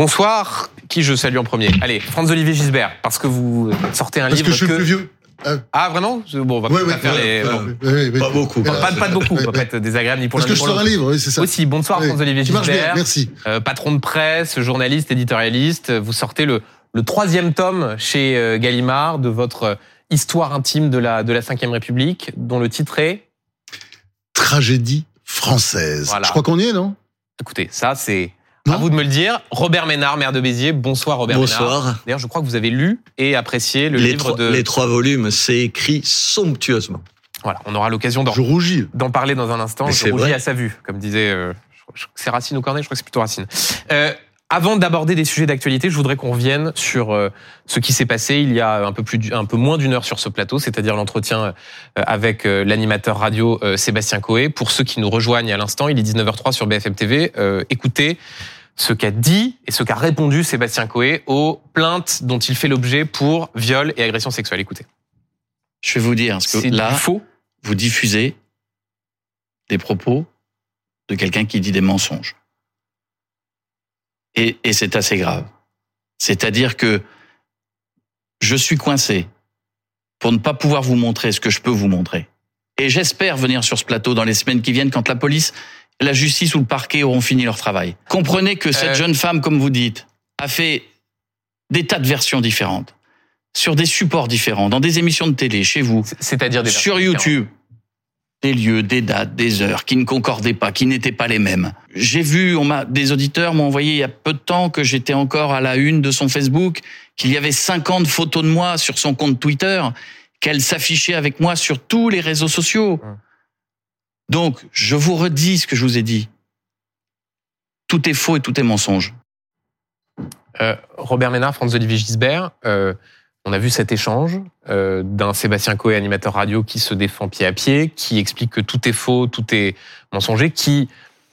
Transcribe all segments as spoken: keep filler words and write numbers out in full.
Bonsoir, qui je salue en premier? Allez, Franz-Olivier Gisbert, parce que vous sortez un parce livre que je suis que... le plus vieux. Ah, ah vraiment? Bon, on va ouais, pas ouais, faire ouais, les... ouais, bon. ouais, ouais, ouais. Pas beaucoup. Pas, pas, pas de beaucoup, ouais, on va pas être désagréable ni pour l'un Parce ni que pour je sors un l'autre. livre, oui, c'est ça. Aussi, bonsoir ouais. Franz-Olivier Gisbert. Gisbert, Merci. Euh, patron de presse, journaliste, éditorialiste. Vous sortez le, le troisième tome chez euh, Gallimard de votre histoire intime de la, de la cinquième République, dont le titre est... Tragédie française. Voilà. Je crois qu'on y est, non? Écoutez, ça c'est... Non À vous de me le dire. Robert Ménard, maire de Béziers. Bonsoir Robert Bonsoir. Ménard. D'ailleurs, je crois que vous avez lu et apprécié le les livre trois, de... Les trois volumes, c'est écrit somptueusement. Voilà, on aura l'occasion d'en, Je rougis. d'en parler dans un instant. Mais Je c'est rougis vrai. à sa vue, comme disait... Euh, je crois que c'est Racine ou Corneille, je crois que c'est plutôt Racine. Euh, avant d'aborder des sujets d'actualité, je voudrais qu'on revienne sur euh, ce qui s'est passé il y a un peu, plus, un peu moins d'une heure sur ce plateau, c'est-à-dire l'entretien euh, avec euh, l'animateur radio euh, Sébastien Coé. Pour ceux qui nous rejoignent à l'instant, il est dix-neuf heures trois sur B F M T V. Euh, écoutez ce qu'a dit et ce qu'a répondu Sébastien Coé aux plaintes dont il fait l'objet pour viol et agression sexuelle. Écoutez. Je vais vous dire, parce que C'est là, faux. vous diffusez des propos de quelqu'un qui dit des mensonges. Et, et c'est assez grave. C'est-à-dire que je suis coincé pour ne pas pouvoir vous montrer ce que je peux vous montrer. Et j'espère venir sur ce plateau dans les semaines qui viennent quand la police, la justice ou le parquet auront fini leur travail. Comprenez que cette Euh... jeune femme, comme vous dites, a fait des tas de versions différentes, sur des supports différents, dans des émissions de télé, chez vous, C'est-à-dire des sur versions YouTube, des lieux, des dates, des heures qui ne concordaient pas, qui n'étaient pas les mêmes. J'ai vu, on m'a, des auditeurs m'ont envoyé il y a peu de temps que j'étais encore à la une de son Facebook, qu'il y avait cinquante photos de moi sur son compte Twitter, qu'elle s'affichait avec moi sur tous les réseaux sociaux. Hum. Donc, je vous redis ce que je vous ai dit. Tout est faux et tout est mensonge. Euh, Robert Ménard, Franz-Olivier Gisbert, euh, on a vu cet échange euh, d'un Sébastien Coé, animateur radio, qui se défend pied à pied, qui explique que tout est faux, tout est mensonger, qui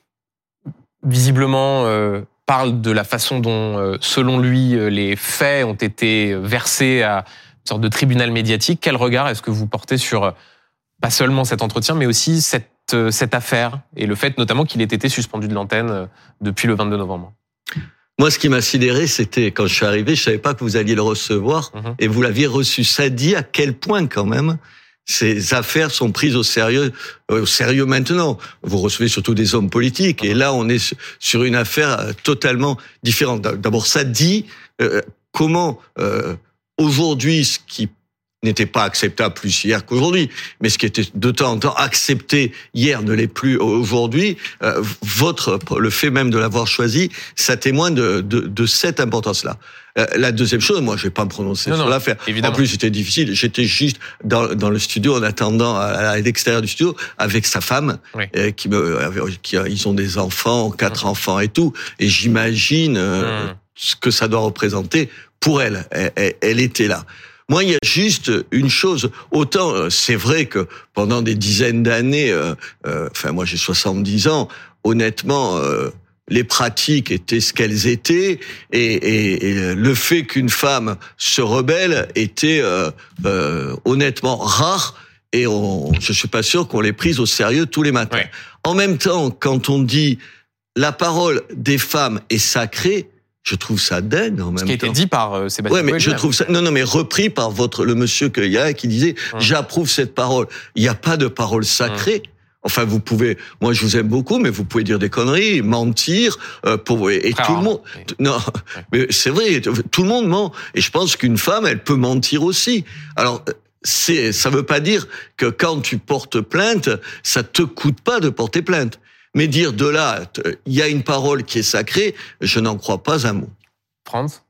visiblement euh, parle de la façon dont, euh, selon lui, euh, les faits ont été versés à une sorte de tribunal médiatique. Quel regard est-ce que vous portez sur euh, pas seulement cet entretien, mais aussi cette, euh, cette affaire et le fait notamment qu'il ait été suspendu de l'antenne euh, depuis le vingt-deux novembre? Moi, ce qui m'a sidéré, c'était quand je suis arrivé, je savais pas que vous alliez le recevoir, Mhm. et vous l'aviez reçu. Ça dit à quel point, quand même, ces affaires sont prises au sérieux, euh, au sérieux maintenant. Vous recevez surtout des hommes politiques, et là, on est sur une affaire euh, totalement différente. D'abord, ça dit euh, comment euh, aujourd'hui, ce qui n'était pas acceptable plus hier qu'aujourd'hui, mais ce qui était de temps en temps accepté hier ne l'est plus aujourd'hui. Euh, votre, le fait même de l'avoir choisi, ça témoigne de, de, de cette importance-là. Euh, la deuxième chose, moi, je vais pas me prononcer Non, sur non, l'affaire. évidemment. En plus, c'était difficile. J'étais juste dans, dans le studio en attendant à, à l'extérieur du studio avec sa femme, Oui. euh, qui me, qui, ils ont des enfants, quatre Mmh. enfants et tout, et j'imagine euh, Mmh. ce que ça doit représenter pour elle. Elle, elle, elle était là. Moi, il y a juste une chose. Autant, c'est vrai que pendant des dizaines d'années, euh, euh, enfin, moi, j'ai soixante-dix ans, honnêtement, euh, les pratiques étaient ce qu'elles étaient, et, et, et le fait qu'une femme se rebelle était euh, euh, honnêtement rare, et on, je suis pas sûr qu'on l'ait prise au sérieux tous les matins. Ouais. En même temps, quand on dit la parole des femmes est sacrée, je trouve ça dingue en même temps. Ce qui a été dit par euh, Sébastien Ouais, mais Coé. je lui-même. trouve ça. Non, non, mais repris par votre le monsieur qu'il y a qui disait Hum. j'approuve cette parole. Il n'y a pas de parole sacrée. Enfin, vous pouvez. Moi, je vous aime beaucoup, mais vous pouvez dire des conneries, mentir, euh, pour et, et Très tout le rarement, monde. oui. Non, mais c'est vrai. Tout le monde ment. Et je pense qu'une femme, elle peut mentir aussi. Alors. C'est, ça veut pas dire que quand tu portes plainte, ça te coûte pas de porter plainte. Mais dire de là, il y a une parole qui est sacrée, je n'en crois pas un mot. Franz?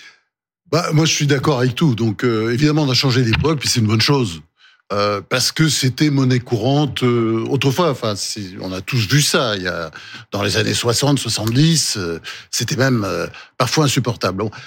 Bah, moi, je suis d'accord avec tout. Donc, euh, évidemment, on a changé d'époque, puis c'est une bonne chose. Euh, parce que c'était monnaie courante euh, autrefois. Enfin, c'est, on a tous vu ça. Il y a dans les années soixante, soixante-dix, euh, c'était même euh, parfois insupportable. Bon.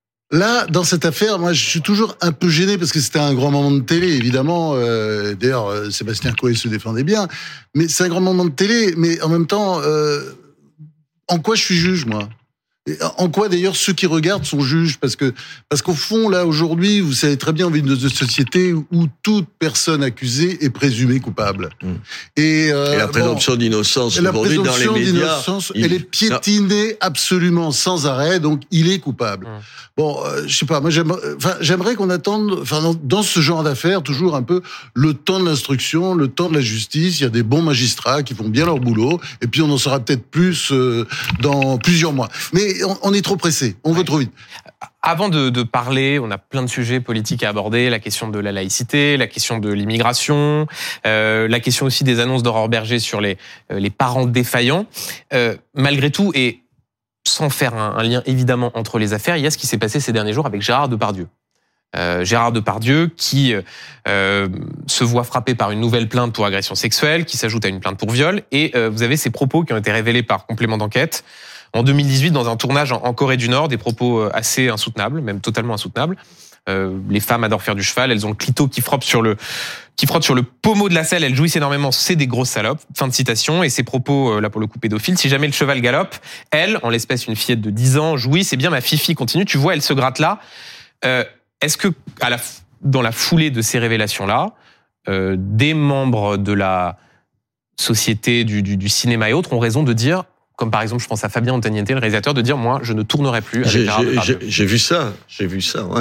Là, dans cette affaire, moi, je suis toujours un peu gêné parce que c'était un grand moment de télé, évidemment. Euh, d'ailleurs, euh, Sébastien Coé se défendait bien, mais c'est un grand moment de télé. Mais en même temps, euh, en quoi je suis juge, moi ? En quoi d'ailleurs ceux qui regardent sont juges, parce que parce qu'au fond là aujourd'hui, vous savez très bien, on vit dans une société où toute personne accusée est présumée coupable. Mmh. Et, euh, et la présomption bon, d'innocence aujourd'hui dans les médias, il... elle est piétinée non. absolument sans arrêt, donc il est coupable. Mmh. Bon, euh, je sais pas, moi j'aimerais, enfin j'aimerais qu'on attende, enfin dans, dans ce genre d'affaires toujours un peu le temps de l'instruction, le temps de la justice. Il y a des bons magistrats qui font bien leur boulot, et puis on en saura peut-être plus euh, dans plusieurs mois. Mais on, on est trop pressé, on ouais. veut trop vite. Avant de, de parler, on a plein de sujets politiques à aborder, la question de la laïcité, la question de l'immigration, euh, la question aussi des annonces d'Aurore Berger sur les, euh, les parents défaillants. Euh, malgré tout, et sans faire un, un lien évidemment entre les affaires, il y a ce qui s'est passé ces derniers jours avec Gérard Depardieu. Euh, Gérard Depardieu qui euh, se voit frappé par une nouvelle plainte pour agression sexuelle, qui s'ajoute à une plainte pour viol, et euh, vous avez ces propos qui ont été révélés par complément d'enquête en deux mille dix-huit dans un tournage en Corée du Nord, des propos assez insoutenables, même totalement insoutenables. Euh, les femmes adorent faire du cheval, elles ont le clito qui frotte sur le qui frotte sur le pommeau de la selle, elles jouissent énormément, c'est des grosses salopes. Fin de citation. Et ces propos, là pour le coup pédophile, si jamais le cheval galope, elle, en l'espèce une fillette de dix ans, jouit, c'est bien ma fifi, continue, tu vois, elle se gratte là. Euh, est-ce que à la, dans la foulée de ces révélations-là, euh, des membres de la société du, du, du cinéma et autres ont raison de dire, comme par exemple, je pense à Fabien Antoniente, le réalisateur, de dire, moi, je ne tournerai plus avec Gérard Depardieu. J'ai, j'ai vu ça, j'ai vu ça, ouais.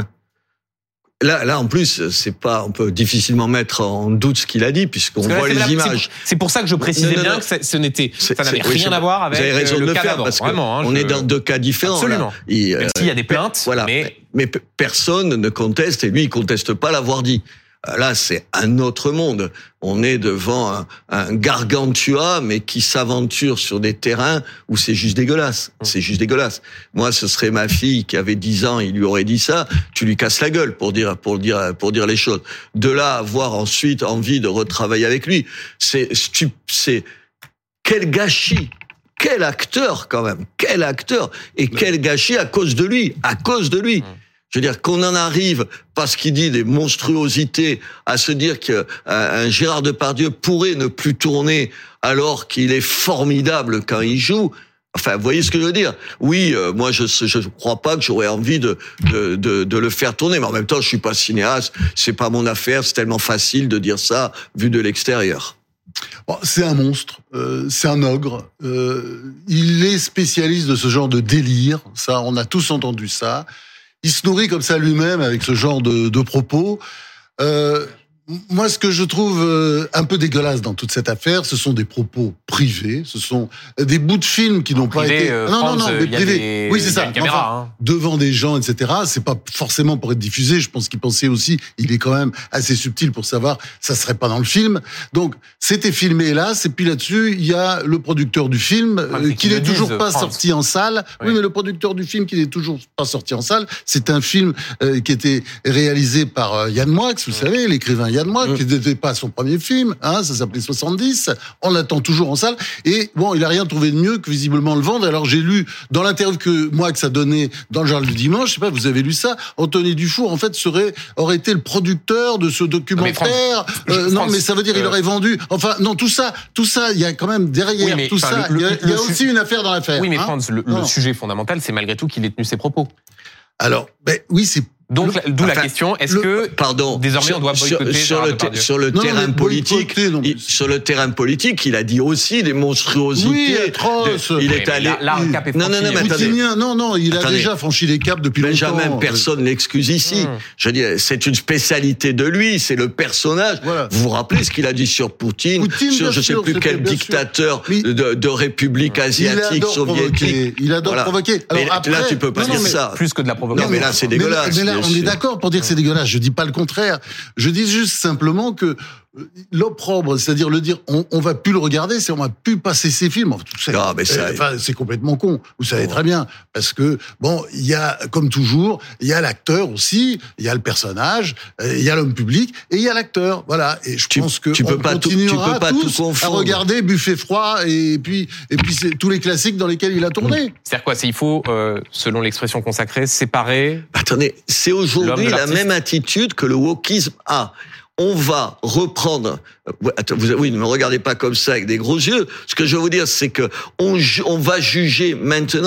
Là, là, en plus, c'est pas, on peut difficilement mettre en doute ce qu'il a dit, puisqu'on voit les images. C'est pour ça que je précisais non, non, bien non. que ce n'était, ça n'avait rien à voir avec raison le de cas faire, d'avant. Parce Vraiment, hein, on je... est dans deux cas différents. Absolument. Là. Et, Même euh, s'il y a des plaintes, voilà. mais... mais personne ne conteste, et lui, il conteste pas l'avoir dit. Là, c'est un autre monde. On est devant un, un gargantua, mais qui s'aventure sur des terrains où c'est juste dégueulasse. C'est juste dégueulasse. Moi, ce serait ma fille qui avait dix ans, il lui aurait dit ça, tu lui casses la gueule pour dire, pour dire, pour dire les choses. De là à avoir ensuite envie de retravailler avec lui, c'est, c'est, quel gâchis! Quel acteur, quand même! Quel acteur! Et quel gâchis à cause de lui! À cause de lui! Je veux dire qu'on en arrive, parce qu'il dit des monstruosités, à se dire qu'un un Gérard Depardieu pourrait ne plus tourner alors qu'il est formidable quand il joue. Enfin, vous voyez ce que je veux dire? Oui, euh, moi, je je crois pas que j'aurais envie de, de de de le faire tourner, mais en même temps, je suis pas cinéaste, c'est pas mon affaire, c'est tellement facile de dire ça vu de l'extérieur. Bon, c'est un monstre, euh, c'est un ogre. Euh, il est spécialiste de ce genre de délire. Ça, on a tous entendu ça. Il se nourrit comme ça lui-même avec ce genre de, de propos. Euh, moi, ce que je trouve euh, un peu dégueulasse dans toute cette affaire, ce sont des propos privés, ce sont des bouts de films qui en n'ont privé, pas été... Euh, non, France, non, non, mais privés. Des... Oui, c'est ça. Caméra, enfin, hein. Devant des gens, et cetera. C'est pas forcément pour être diffusé. Je pense qu'il pensait aussi, il est quand même assez subtil pour savoir, ça serait pas dans le film. Donc, c'était filmé là. Et puis là-dessus, il y a le producteur du film, ah, euh, qui n'est toujours pas France. sorti en salle. Oui. oui, mais le producteur du film qui n'est toujours pas sorti en salle, c'est un film euh, qui était réalisé par euh, Yann Moix, vous oui. savez, l'écrivain Yann Moix, oui. qui n'était pas son premier film, hein, ça s'appelait soixante-dix. On l'attend toujours en salle. Et bon, il a rien trouvé de mieux que visiblement le vendre. Alors j'ai lu dans l'interview que Moix a donné dans le journal du dimanche, je sais pas, vous avez lu ça, Anthony Dufour en fait serait aurait été le producteur de ce documentaire. Mais euh, non, mais ça veut dire euh... il aurait vendu. Enfin, non, tout ça, tout ça, il y a quand même derrière oui, mais, tout ça, il y a, le, il y a aussi une affaire dans l'affaire. Oui, mais hein Franz, le, le sujet fondamental, c'est malgré tout qu'il ait tenu ses propos. Alors, ben oui, c'est donc, le, d'où enfin, la question, est-ce le, que pardon, désormais on doit boycotter sur, sur, le, te, sur le non, terrain non, politique non, il, sur le terrain politique, il a dit aussi des monstruosités. Oui, atroce. De, il est allé. Là, là, un cap est non, non, non, mais attendez. Non, non, il a attendez. déjà franchi les caps depuis Benjamin, longtemps. Personne l'excuse ici. Hum. Je veux dire, c'est une spécialité de lui, c'est le personnage. Voilà. Vous vous rappelez ce qu'il a dit sur Poutine, Poutine sur je ne sais sûr, plus quel dictateur de, de république asiatique, soviétique. Il adore provoquer. Là, tu peux pas dire ça. Plus que de la provocation. Non, mais là, c'est dégueulasse. Mais là, on est d'accord pour dire que c'est dégueulasse. Je dis pas le contraire. Je dis juste simplement que l'opprobre, c'est-à-dire le dire, on, on va plus le regarder, c'est on va plus passer ses films. Tout ça, non, mais ça, enfin, c'est complètement con. Vous savez oh. très bien, parce que bon, il y a, comme toujours, il y a l'acteur aussi, il y a le personnage, il y a l'homme public et il y a l'acteur. Voilà. Et je tu, pense que tu on peux pas continuera tout, tu peux pas tous tout à regarder Buffet froid et puis et puis c'est tous les classiques dans lesquels il a tourné. C'est-à-dire quoi? C'est il faut, euh, selon l'expression consacrée, séparer. Attendez, c'est aujourd'hui la même attitude que le wokisme a. On va reprendre. Vous, oui, ne me regardez pas comme ça avec des gros yeux. Ce que je veux vous dire, c'est que on, on va juger maintenant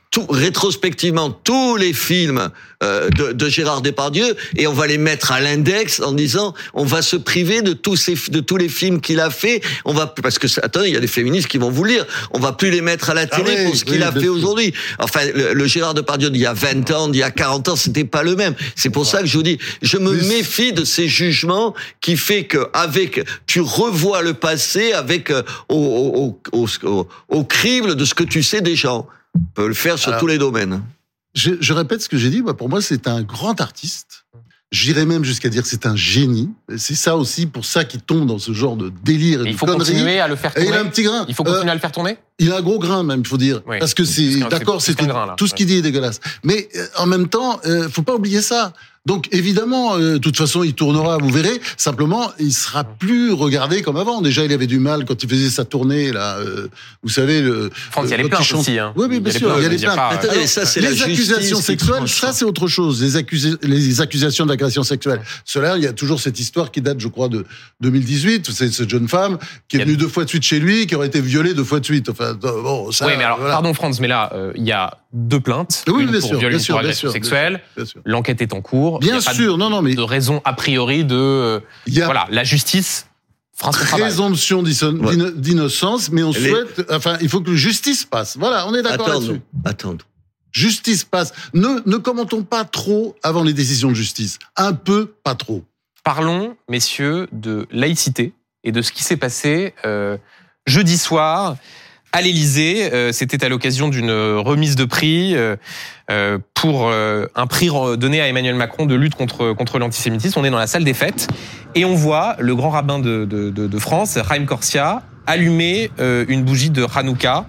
tout, rétrospectivement tous les films euh, de, de Gérard Depardieu et on va les mettre à l'index en disant on va se priver de tous ces de tous les films qu'il a fait. On va parce que attendez, il y a des féministes qui vont vous le lire. On va plus les mettre à la télé ah oui, pour ce qu'il oui, a fait sûr. aujourd'hui. Enfin, le, le Gérard Depardieu d'il y a vingt ans, d'il y a quarante ans, c'était pas le même. C'est pour ouais. ça que je vous dis, je me Mais méfie de ces jugements qui fait que avec tu revois le passé avec euh, au, au, au, au, au crible de ce que tu sais des gens. On peut le faire sur Alors, tous les domaines. Je, je répète ce que j'ai dit. Moi, pour moi, c'est un grand artiste. J'irais même jusqu'à dire que c'est un génie. C'est ça aussi, pour ça qu'il tombe dans ce genre de délire et, et de il faut conneries. continuer à le faire tourner. Et il a un petit grain. Il faut continuer euh, à le faire tourner. Il a un gros grain même, il faut dire, oui. parce que c'est d'accord, c'est tout, grain, tout ce qu'il dit est dégueulasse. Mais euh, en même temps, euh, faut pas oublier ça. Donc évidemment, euh, de toute façon, il tournera, vous verrez. Simplement, il sera plus regardé comme avant. Déjà, il avait du mal quand il faisait sa tournée là. Euh, vous savez, le. France, il y a les plaintes chante... aussi. Hein. Oui, oui, bien sûr, il y a les plaintes. Attendez, ça, c'est les la accusations sexuelles, ça c'est autre chose. Les, accus... les accusations d'agression sexuelle. Cela, il y a toujours cette histoire qui date, je crois, de deux mille dix-huit. C'est cette jeune femme qui est venue deux fois de suite chez lui, qui aurait été violée deux fois de suite. Enfin, bon, ça. Oui, mais alors, voilà. Pardon, Franz, mais là, il euh, y a deux plaintes. Oui, une bien pour sûr, viol, bien une sûr, pour bien agression sûr, sexuelle. Bien sûr. L'enquête est en cours. Bien sûr, non, non, mais de raison a priori de euh, y a voilà, la justice fera son travail. Présomption ouais. d'innocence, mais on Les... souhaite, enfin, il faut que justice passe. Voilà, on est d'accord là-dessus. Attendons. Justice passe. Ne, ne commentons pas trop avant les décisions de justice. Un peu, pas trop. Parlons, messieurs, de laïcité et de ce qui s'est passé euh, jeudi soir à l'Élysée. Euh, c'était à l'occasion d'une remise de prix euh, euh, pour euh, un prix donné à Emmanuel Macron de lutte contre contre l'antisémitisme. On est dans la salle des fêtes et on voit le grand rabbin de de, de, de France, Haïm Korsia, allumer euh, une bougie de Hanouka.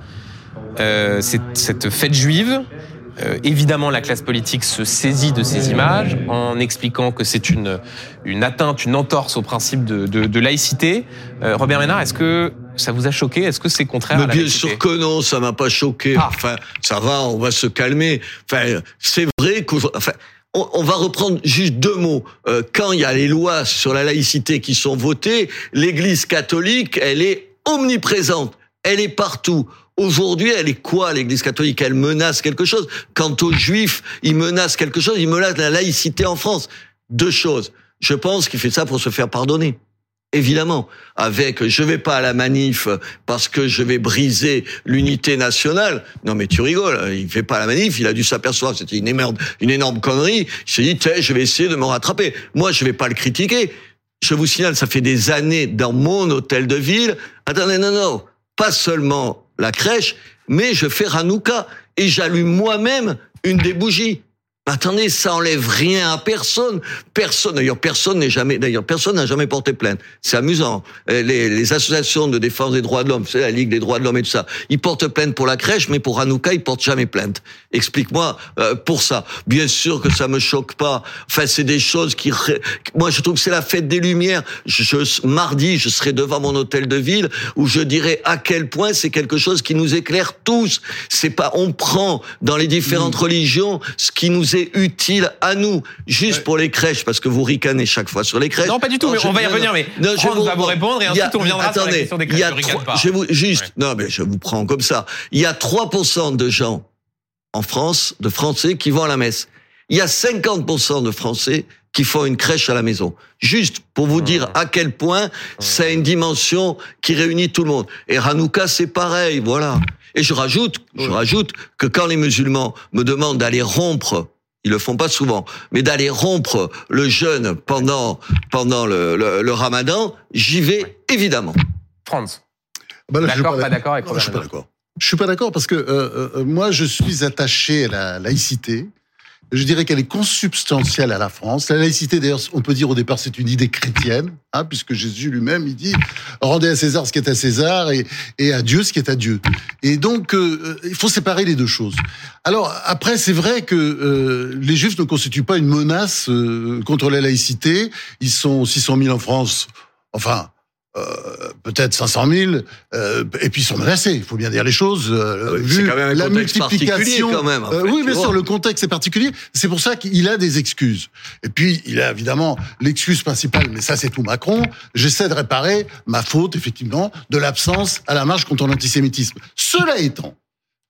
Euh, c'est, cette fête juive. Euh, évidemment, la classe politique se saisit de ces images en expliquant que c'est une une atteinte, une entorse au principe de, de, de laïcité. Euh, Robert Ménard, est-ce que ça vous a choqué ? Est-ce que c'est contraire Mais à la bien laïcité ? sûr que non, ça m'a pas choqué. Ah. Enfin, ça va, on va se calmer. Enfin, c'est vrai qu'aujourd'hui, enfin, on, on va reprendre juste deux mots. Euh, quand il y a les lois sur la laïcité qui sont votées, l'Église catholique, elle est omniprésente. Elle est partout. Aujourd'hui, elle est quoi, l'Église catholique ? Elle menace quelque chose. Quant aux Juifs, ils menacent quelque chose. Ils menacent la laïcité en France. Deux choses. Je pense qu'il fait ça pour se faire pardonner. Évidemment, avec je vais pas à la manif parce que je vais briser l'unité nationale. Non mais tu rigoles, il fait pas la manif, il a dû s'apercevoir que c'était une énorme, une énorme connerie. Il s'est dit, tiens, je vais essayer de me rattraper. Moi, je vais pas le critiquer. Je vous signale, ça fait des années dans mon hôtel de ville. Attendez, non, non, pas seulement la crèche, mais je fais Hanouka et j'allume moi-même une des bougies. Attendez, ça enlève rien à personne. Personne, d'ailleurs, personne n'est jamais, d'ailleurs, personne n'a jamais porté plainte. C'est amusant. Les, les associations de défense des droits de l'homme, c'est la Ligue des droits de l'homme et tout ça. Ils portent plainte pour la crèche, mais pour Hanouka, ils portent jamais plainte. Explique-moi, euh, pour ça. Bien sûr que ça me choque pas. Enfin, c'est des choses qui, moi, je trouve que c'est la fête des Lumières. Je, je, mardi, je serai devant mon hôtel de ville où je dirai à quel point c'est quelque chose qui nous éclaire tous. C'est pas, on prend dans les différentes mmh. religions ce qui nous est utile à nous, juste ouais. pour les crèches, parce que vous ricanez chaque fois sur les crèches. Non, pas du tout, non, mais on va y revenir, mais non, je vous, va vous répondre et ensuite a, on reviendra attendez, sur la question des crèches. Je ricane pas. Je vous, juste, ouais. non, mais je vous prends comme ça. Il y a trois pour cent de gens en France, de Français, qui vont à la messe. Il y a cinquante pour cent de Français qui font une crèche à la maison. Juste pour vous mmh. dire à quel point mmh. ça a une dimension qui réunit tout le monde. Et Hanouka, c'est pareil, voilà. Et je rajoute, mmh. je rajoute que quand les musulmans me demandent d'aller rompre, ils le font pas souvent, mais d'aller rompre le jeûne pendant pendant le, le, le Ramadan, j'y vais ouais. évidemment. Franz, bah là, d'accord, pas, pas d'accord avec non, je suis pas d'accord. Je suis pas d'accord parce que euh, euh, moi, je suis attaché à la laïcité. Je dirais qu'elle est consubstantielle à la France. La laïcité, d'ailleurs, on peut dire au départ, c'est une idée chrétienne, hein, puisque Jésus lui-même, il dit « Rendez à César ce qui est à César et, et à Dieu ce qui est à Dieu ». Et donc, euh, il faut séparer les deux choses. Alors, après, c'est vrai que euh, les Juifs ne constituent pas une menace euh, contre la laïcité. Ils sont six cent mille en France, enfin... Euh, peut-être cinq cent mille, euh, et puis ils sont menacés. Il faut bien dire les choses. Euh, oui, vu c'est quand même un la contexte multiplication, quand même. En fait, euh, oui, bien vois. sûr, le contexte est particulier. C'est pour ça qu'il a des excuses. Et puis il a évidemment l'excuse principale, mais ça c'est tout Macron. J'essaie de réparer ma faute, effectivement, de l'absence à la marche contre l'antisémitisme. Cela étant,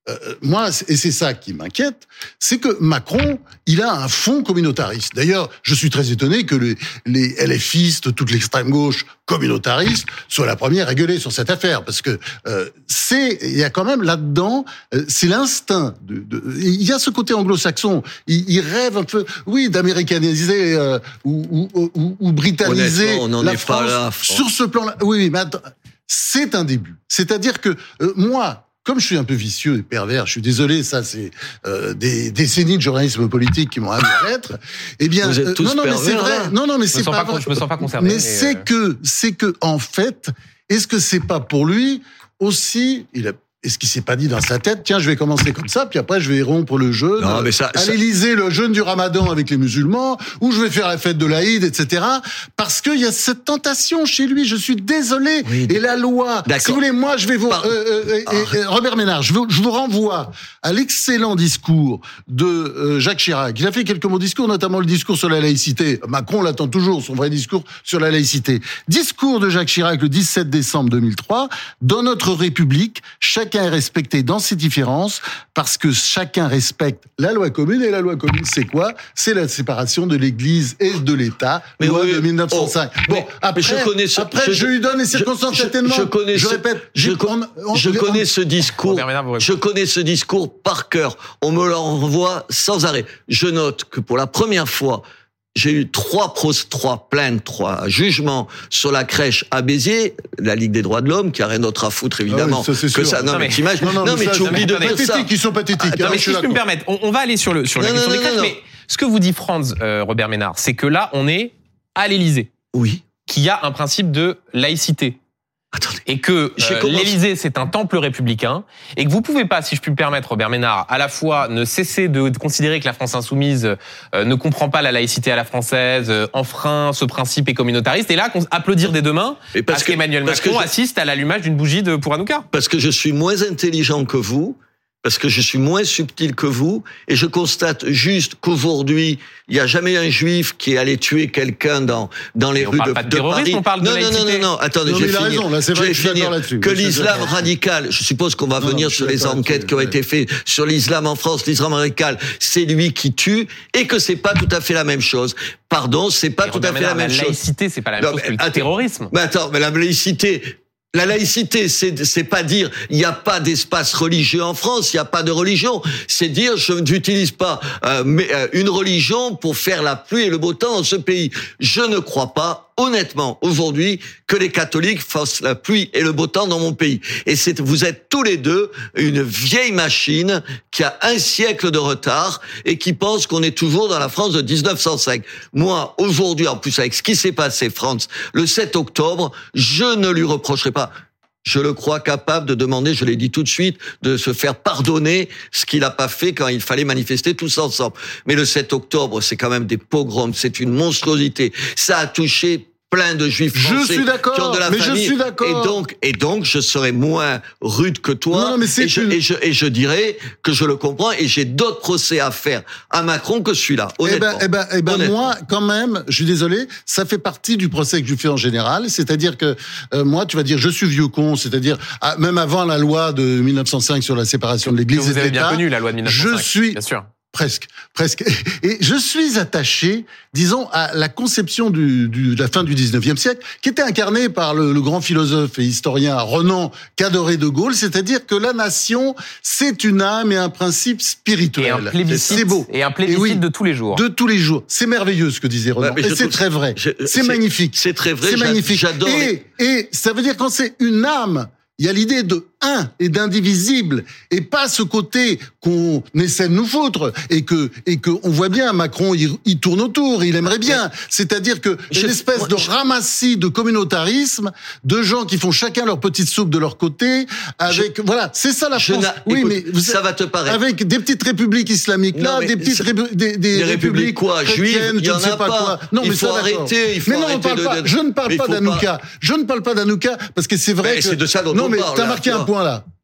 euh, moi, et c'est ça qui m'inquiète, c'est que Macron, il a un fond communautariste. D'ailleurs, je suis très étonné que les, les LFistes, toute l'extrême gauche communautariste, soient la première à gueuler sur cette affaire, parce que euh, c'est, il y a quand même là-dedans, euh, c'est l'instinct. De, de, il y a ce côté anglo-saxon. Il, il rêve un peu, oui, d'américaniser euh, ou, ou, ou, ou britanniser on n'en la est France. pas là, sur ce plan-là. Oui, mais attends, c'est un début. C'est-à-dire que euh, moi. Comme je suis un peu vicieux et pervers, je suis désolé, ça c'est euh, des décennies de journalisme politique qui m'ont amené à l'être. Eh bien, vous êtes tous euh, non, non, mais c'est pervers, vrai. là. Non, non, mais c'est pas, pas vrai. Je me sens pas concerné. Mais, mais c'est euh... que, c'est que, en fait, est-ce que c'est pas pour lui aussi, il a, est-ce qu'il s'est pas dit dans sa tête, tiens, je vais commencer comme ça, puis après je vais rompre le jeûne, Non, mais ça, à ça... l'Élysée, le jeûne du Ramadan avec les musulmans, ou je vais faire la fête de l'Aïd, et cetera. Parce qu'il y a cette tentation chez lui. Je suis désolé. Oui. Et la loi, D'accord. si vous voulez, moi, je vais vous, Par... euh, euh, ah. et, et, Robert Ménard, je vous, je vous renvoie à l'excellent discours de euh, Jacques Chirac. Il a fait quelques mots de discours, notamment le discours sur la laïcité. Macron l'attend toujours, son vrai discours sur la laïcité. Discours de Jacques Chirac le dix-sept décembre deux mille trois. Dans notre République, chacun est respecté dans ses différences, parce que chacun respecte la loi commune, et la loi commune, c'est quoi? C'est la séparation de l'Église et de l'État, mais loi oui, de mille neuf cent cinq. Oh, bon, mais, après, mais je, connais ce, après je, je lui donne les circonstances je, d'atténuement. Je, je connais je ce, répète, je, on, on, je on, connais ce discours, Ménard, je connais ce discours par cœur. On me l'envoie sans arrêt. Je note que pour la première fois, j'ai eu trois pros, trois plaintes, trois jugements sur la crèche à Béziers, la Ligue des droits de l'homme, qui a rien d'autre à foutre, évidemment, ah oui, ça, que ça. Non, non mais, mais t'imagines. Non, non, non, mais, mais tu oublies de dire ça. Ils sont pathétiques. Ah, non, mais si je peux me permettre, on, on va aller sur le, sur la non, question non, des crèches, non, non. mais ce que vous dit Franz, euh, Robert Ménard, c'est que là, on est à l'Élysée. Oui. Qui a un principe de laïcité. Attendez. Et que euh, commencé... l'Élysée, c'est un temple républicain, et que vous pouvez pas, si je puis me permettre, Robert Ménard, à la fois ne cesser de, de considérer que la France insoumise euh, ne comprend pas la laïcité à la française, euh, enfreint ce principe et communautariste, et là, applaudir des deux mains parce qu'Emmanuel Macron je... assiste à l'allumage d'une bougie de pour Hanouka. Parce que je suis moins intelligent que vous, parce que je suis moins subtil que vous, et je constate juste qu'aujourd'hui, il n'y a jamais un juif qui est allé tuer quelqu'un dans dans les mais rues on parle de, pas de, de terrorisme, Paris. On parle non, de non, non, non, non, attendez, non, je vais finir. finir. Raison, là, c'est vrai je vais que finir. là-dessus. Que je l'islam radical, je suppose qu'on va non, venir non, sur les enquêtes qui ont été faites sur l'islam en France, l'islam radical, c'est lui qui tue, et que c'est pas tout à fait la même chose. Pardon, c'est pas et tout à fait la même chose. La laïcité, c'est pas la même non, chose mais, que le terrorisme. Mais attends, mais la laïcité. La laïcité, c'est c'est pas dire il n'y a pas d'espace religieux en France, il n'y a pas de religion. C'est dire je n'utilise pas euh, mais, euh, une religion pour faire la pluie et le beau temps dans ce pays. Je ne crois pas, honnêtement, aujourd'hui, que les catholiques fassent la pluie et le beau temps dans mon pays. Et c'est vous êtes tous les deux une vieille machine qui a un siècle de retard et qui pense qu'on est toujours dans la France de dix-neuf cent cinq. Moi, aujourd'hui, en plus avec ce qui s'est passé, France, le sept octobre, je ne lui reprocherai pas. Je le crois capable de demander, je l'ai dit tout de suite, de se faire pardonner ce qu'il n'a pas fait quand il fallait manifester tous ensemble. Mais le sept octobre, c'est quand même des pogroms, c'est une monstruosité. Ça a touché plein de juifs français je suis d'accord, qui ont de la mais famille. Je suis d'accord. Et donc, et donc, je serai moins rude que toi. Non, non, mais c'est et, je, une... et, je, et je dirais que je le comprends et j'ai d'autres procès à faire à Macron que celui-là, honnêtement. Eh ben, eh ben, eh ben moi, quand même, je suis désolé, ça fait partie du procès que je fais en général. C'est-à-dire que euh, moi, tu vas dire, je suis vieux con. C'est-à-dire, ah, même avant la loi de mille neuf cent cinq sur la séparation de l'Église et de l'État. Vous avez bien connu la loi de mille neuf cent cinq. Je suis bien sûr. Presque, presque. Et je suis attaché, disons, à la conception du, du, de la fin du dix-neuvième siècle, qui était incarnée par le, le grand philosophe et historien Renan Cadoré de Gaulle, c'est-à-dire que la nation, c'est une âme et un principe spirituel. Et un plébiscite, c'est beau. Et un plébiscite oui, de tous les jours. De tous les jours. C'est merveilleux ce que disait Renan. Ouais, et c'est très vrai. Je, c'est magnifique. C'est très vrai. C'est magnifique. J'adore. Et, et ça veut dire quand c'est une âme, il y a l'idée de un et d'indivisible, et pas ce côté qu'on essaie de nous foutre, et que et que on voit bien Macron, il, il tourne autour, il aimerait bien. C'est-à-dire que je, une espèce moi, de je... ramassis de communautarisme, de gens qui font chacun leur petite soupe de leur côté, avec je... voilà, c'est ça la France. Oui, écoute, mais vous, ça va te paraître. Avec des petites républiques islamiques là, non, des petites répu... des, des, des républiques quoi, juives, il y en a pas. Quoi. Non, il mais faut ça, arrêter. Il faut mais non, arrêter on parle de, pas. de... Je ne parle pas d'Hanouka. Je ne parle pas d'Hanouka parce que c'est vrai que c'est de ça dont non, on mais parle. t'as marqué un point là.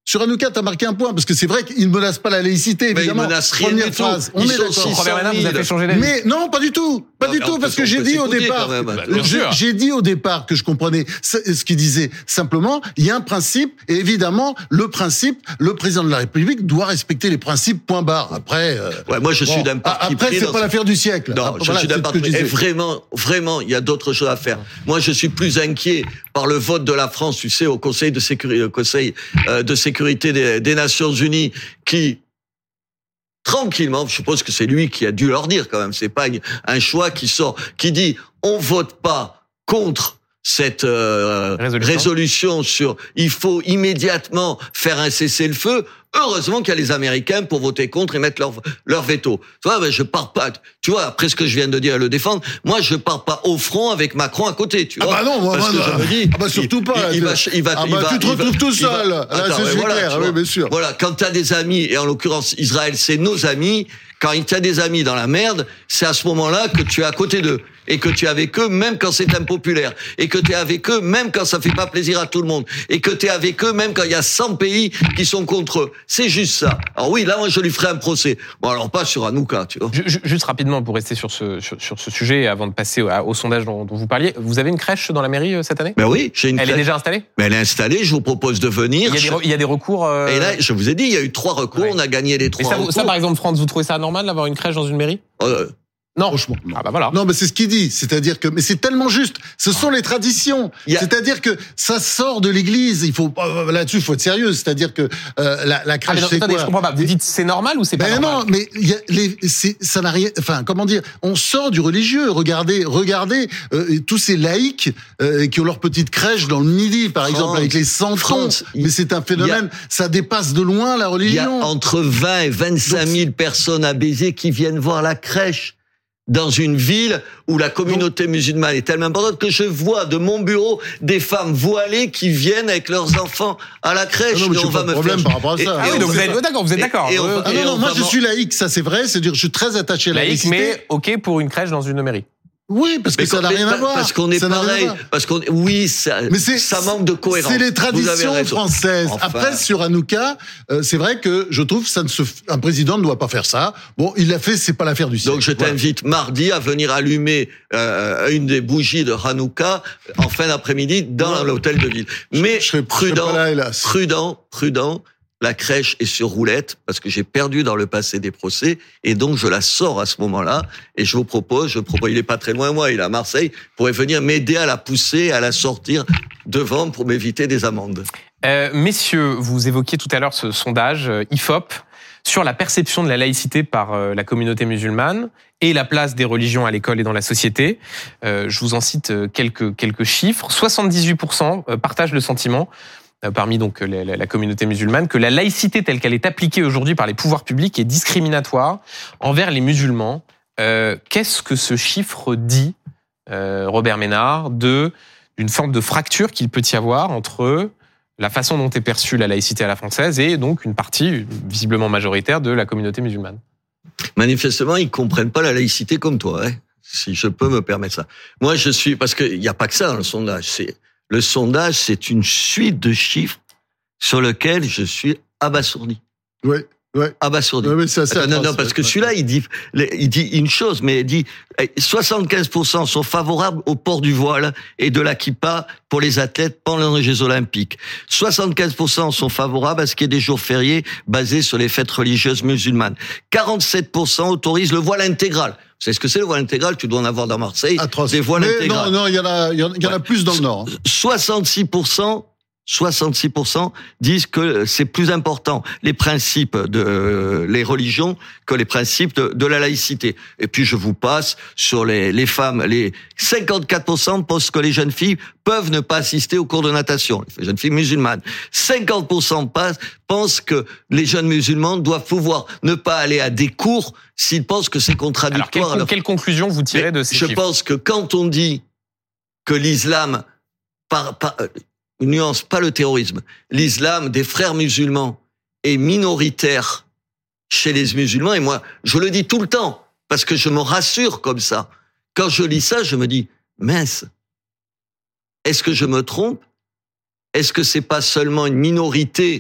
Sur Hanouka, t'as marqué un point, parce que c'est vrai qu'il ne menace pas la laïcité, évidemment. Mais il menace rien Première du tout. phrase. On Ils est sont d'accord. Robert Ménard, vous avez changé d'avis. Mais non, pas du tout. Pas Non, du mais tout, on parce peut- que j'ai on peut dit au s'écouter départ, quand même. Bien je- sûr. j'ai dit au départ que je comprenais ce ce qu'il disait. Simplement, il y a un principe, et évidemment, le principe, le président de la République doit respecter les principes, point barre. Après, euh, Ouais, moi, je suis bon, d'un parti après, pris c'est dans pas ce- l'affaire du siècle. Non, Après, je voilà, suis c'est d'un ce que parti. je Et disais. vraiment, vraiment, il y a d'autres choses à faire. Moi, je suis plus inquiet par le vote de la France, tu sais, au Conseil de sécurité, au Conseil euh, de sécurité des, des Nations Unies, qui tranquillement, je suppose que c'est lui qui a dû leur dire quand même, c'est pas un choix qui sort, qui dit on vote pas contre cette euh, Résolution. résolution sur il faut immédiatement faire un cessez-le-feu. Heureusement qu'il y a les Américains pour voter contre et mettre leur leur veto. Tu vois, ben je pars pas. Tu vois, après ce que je viens de dire à le défendre, moi je pars pas au front avec Macron à côté. Tu Ah vois, bah non, moi, parce moi, que non. je me dis, Ah bah surtout il- pas, là, Il, il va, tu- il va, Ah il bah va, tu te il va- retrouves tout il va- seul. Là, Attends, c'est ouais, c'est voilà, clair, tu oui, vois. bien sûr. Voilà, quand tu as des amis, et en l'occurrence Israël, c'est nos amis, quand tu as des amis dans la merde, c'est à ce moment-là que tu es à côté d'eux. Et que tu es avec eux même quand c'est impopulaire. Et que tu es avec eux même quand ça fait pas plaisir à tout le monde. Et que tu es avec eux même quand il y a cent pays qui sont contre eux. C'est juste ça. Alors oui, là, moi, je lui ferai un procès. Bon, alors pas sur Hanouka, tu vois. Ju- ju- Juste rapidement, pour rester sur ce, sur, sur ce sujet, avant de passer au, au sondage dont, dont vous parliez, vous avez une crèche dans la mairie euh, cette année? Ben oui, j'ai une Elle est crèche. déjà installée? Mais elle est installée, je vous propose de venir. Il y a des, re- il y a des recours. euh, Et là, je vous ai dit, il y a eu trois recours, Ouais. on a gagné les mais trois ça, vous- recours. ça, par exemple, Franz, vous trouvez ça normal d'avoir une crèche dans une mairie? Euh, Non. Franchement, non. Ah bah voilà. Non, mais c'est ce qu'il dit. C'est-à-dire que, mais c'est tellement juste. Ce sont les traditions. Il y a- C'est-à-dire que ça sort de l'Église. Il faut euh, là-dessus, il faut être sérieux. C'est-à-dire que euh, la, la Ah, crèche, mais non, c'est attendez, quoi je comprends pas. Vous dites c'est normal ou c'est pas Ben normal? non, mais il y a les, c'est, ça n'a rien. Enfin, comment dire On sort du religieux. Regardez, regardez euh, tous ces laïcs euh, qui ont leur petite crèche dans le Midi, par France, exemple, avec les centons. France, il- Mais c'est un phénomène. Ça dépasse de loin la il y a religion. entre vingt et vingt-cinq mille personnes à Béziers qui viennent voir la crèche dans une ville où la communauté musulmane est tellement importante que je vois de mon bureau des femmes voilées qui viennent avec leurs enfants à la crèche. Ah non, mais Et j'ai on pas va de me problème faire- par rapport à ça. Et- Ah Ah et oui, on donc vous va- êtes, d'accord, vous êtes et- d'accord. et on- Euh, Ah et non, non, on moi va je man- suis laïque, ça c'est vrai. C'est-à-dire, je suis très attaché à la laïque, laïcité. mais ok pour une crèche dans une mairie. Oui, parce que Mais ça quand- n'a mais rien à pa- voir. Parce qu'on est Ça n'a rien à pareil. voir. Parce qu'on, oui, ça, Mais c'est, ça manque de cohérence. C'est les Vous avez traditions raison. françaises. Enfin. Après, sur Hanouka, euh, c'est vrai que je trouve que ça ne se, f- un président ne doit pas faire ça. Bon, il l'a fait, c'est pas l'affaire du siècle. Donc je Voilà. t'invite mardi à venir allumer euh, une des bougies de Hanouka en fin d'après-midi dans Ouais. l'hôtel de ville. Mais Je serai- je serai prudent, pas là, hélas. prudent, prudent. La crèche est sur roulette parce que j'ai perdu dans le passé des procès et donc je la sors à ce moment-là et je vous propose, je propose, il est pas très loin moi, il est à Marseille, pourrait venir m'aider à la pousser, à la sortir devant pour m'éviter des amendes. Euh, messieurs, vous évoquiez tout à l'heure ce sondage euh, I F O P sur la perception de la laïcité par euh, la communauté musulmane et la place des religions à l'école et dans la société. Euh, je vous en cite euh, quelques quelques chiffres. soixante-dix-huit pour cent partagent le sentiment, euh, parmi donc la, la, la communauté musulmane, que la laïcité telle qu'elle est appliquée aujourd'hui par les pouvoirs publics est discriminatoire envers les musulmans. Euh, qu'est-ce que ce chiffre dit, euh, Robert Ménard, de d'une forme de fracture qu'il peut y avoir entre la façon dont est perçue la laïcité à la française et donc une partie visiblement majoritaire de la communauté musulmane? Manifestement, ils comprennent pas la laïcité comme toi, hein, si je peux me permettre ça. Moi, je suis parce qu'il n'y a pas que ça dans le sondage. C'est le sondage, c'est une suite de chiffres sur lesquels je suis abasourdi. Oui, oui. Abasourdi. Ouais, mais c'est assez Attends, non, non, atroce, parce que ouais. celui-là, il dit, il dit une chose, mais il dit eh, soixante-quinze pour cent sont favorables au port du voile et de la kippa pour les athlètes pendant les Jeux Olympiques. soixante-quinze pour cent sont favorables à ce qu'il y ait des jours fériés basés sur les fêtes religieuses musulmanes. quarante-sept pour cent autorisent le voile intégral. Vous savez ce que c'est le voile intégral? Tu dois en avoir dans Marseille. Atroce. Des voiles Mais intégrales. non, non, il y en a, il y en, il y en a Ouais. plus dans le Nord. hein. soixante-six pour cent soixante-six pour cent disent que c'est plus important les principes de euh, les religions que les principes de, de la laïcité. Et puis je vous passe sur les, les femmes. Les cinquante-quatre pour cent pensent que les jeunes filles peuvent ne pas assister aux cours de natation. Les jeunes filles musulmanes. cinquante pour cent passent- pensent que les jeunes musulmans doivent pouvoir ne pas aller à des cours s'ils pensent que c'est Alors, quelle, contradictoire. à leur- quelle conclusion vous tirez Mais de ces je chiffres? pense que quand on dit que l'islam, par, par, euh, une nuance, pas le terrorisme, l'islam des frères musulmans est minoritaire chez les musulmans, et moi, je le dis tout le temps, parce que je me rassure comme ça. Quand je lis ça, je me dis, mince, est-ce que je me trompe? Est-ce que c'est pas seulement une minorité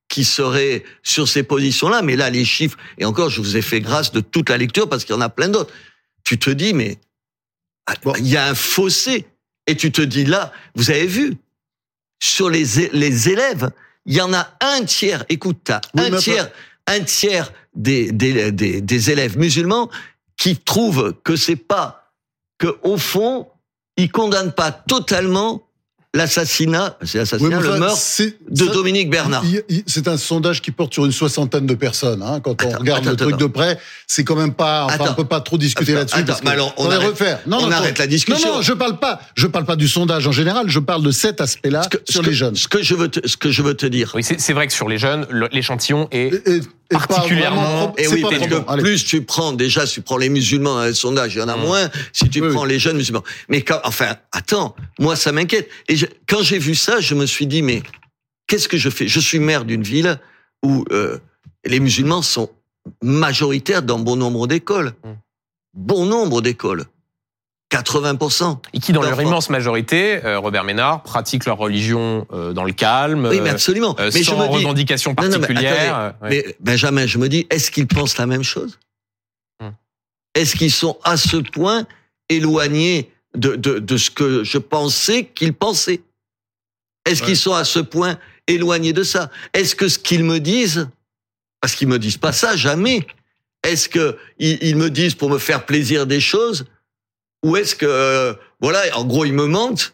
qui serait sur ces positions-là. Mais là, les chiffres, et encore, je vous ai fait grâce de toute la lecture parce qu'il y en a plein d'autres. Tu te dis, mais bon, il y a un fossé. Et tu te dis, là, vous avez vu, sur les, les élèves, il y en a un tiers, écoute, t'as oui, un tiers, pas... un tiers des, des, des, des élèves musulmans qui trouvent que c'est pas, que au fond, ils condamnent pas totalement l'assassinat, c'est l'assassinat, oui, enfin, le meurtre de ça, Dominique Bernard. Il, il, c'est un sondage qui porte sur une soixantaine de personnes. Hein. Quand on attends, regarde attends, le truc attends. de près, c'est quand même pas. Enfin, attends. on peut pas trop discuter attends, là-dessus. Attends, mais alors on, on arrête, refaire. Non, on non, arrête non, la discussion. Non, non, je parle pas. Je parle pas du sondage en général. Je parle de cet aspect-là que, sur les que, jeunes. Ce que je veux, te, ce que je veux te dire. Oui, c'est, c'est vrai que sur les jeunes, l'échantillon est et, et, particulièrement. Et oui, parce que plus tu prends déjà, si tu prends les musulmans dans les sondages, il y en a mmh. moins. Si tu oui, prends oui. les jeunes musulmans, mais quand, enfin, attends, moi ça m'inquiète. Et je, quand j'ai vu ça, je me suis dit, mais qu'est-ce que je fais ? Je suis maire d'une ville où euh, les musulmans sont majoritaires dans bon nombre d'écoles. Mmh. Bon nombre d'écoles. quatre-vingts pour cent. Et qui, dans leur immense majorité, euh, Robert Ménard, pratiquent leur religion euh, dans le calme. Oui, mais absolument. Euh, mais sans je me dis... revendication particulière. Non, non, mais, ouais. mais Benjamin, je me dis, est-ce qu'ils pensent la même chose ? mmh. Est-ce qu'ils sont à ce point éloignés de, de, de ce que je pensais qu'ils pensaient ? Est-ce ouais. qu'ils sont à ce point éloignés de ça ? Est-ce que ce qu'ils me disent, parce qu'ils me disent pas ça, jamais, est-ce que ils, ils me disent pour me faire plaisir des choses ? Ou est-ce que, euh, voilà, en gros, ils me mentent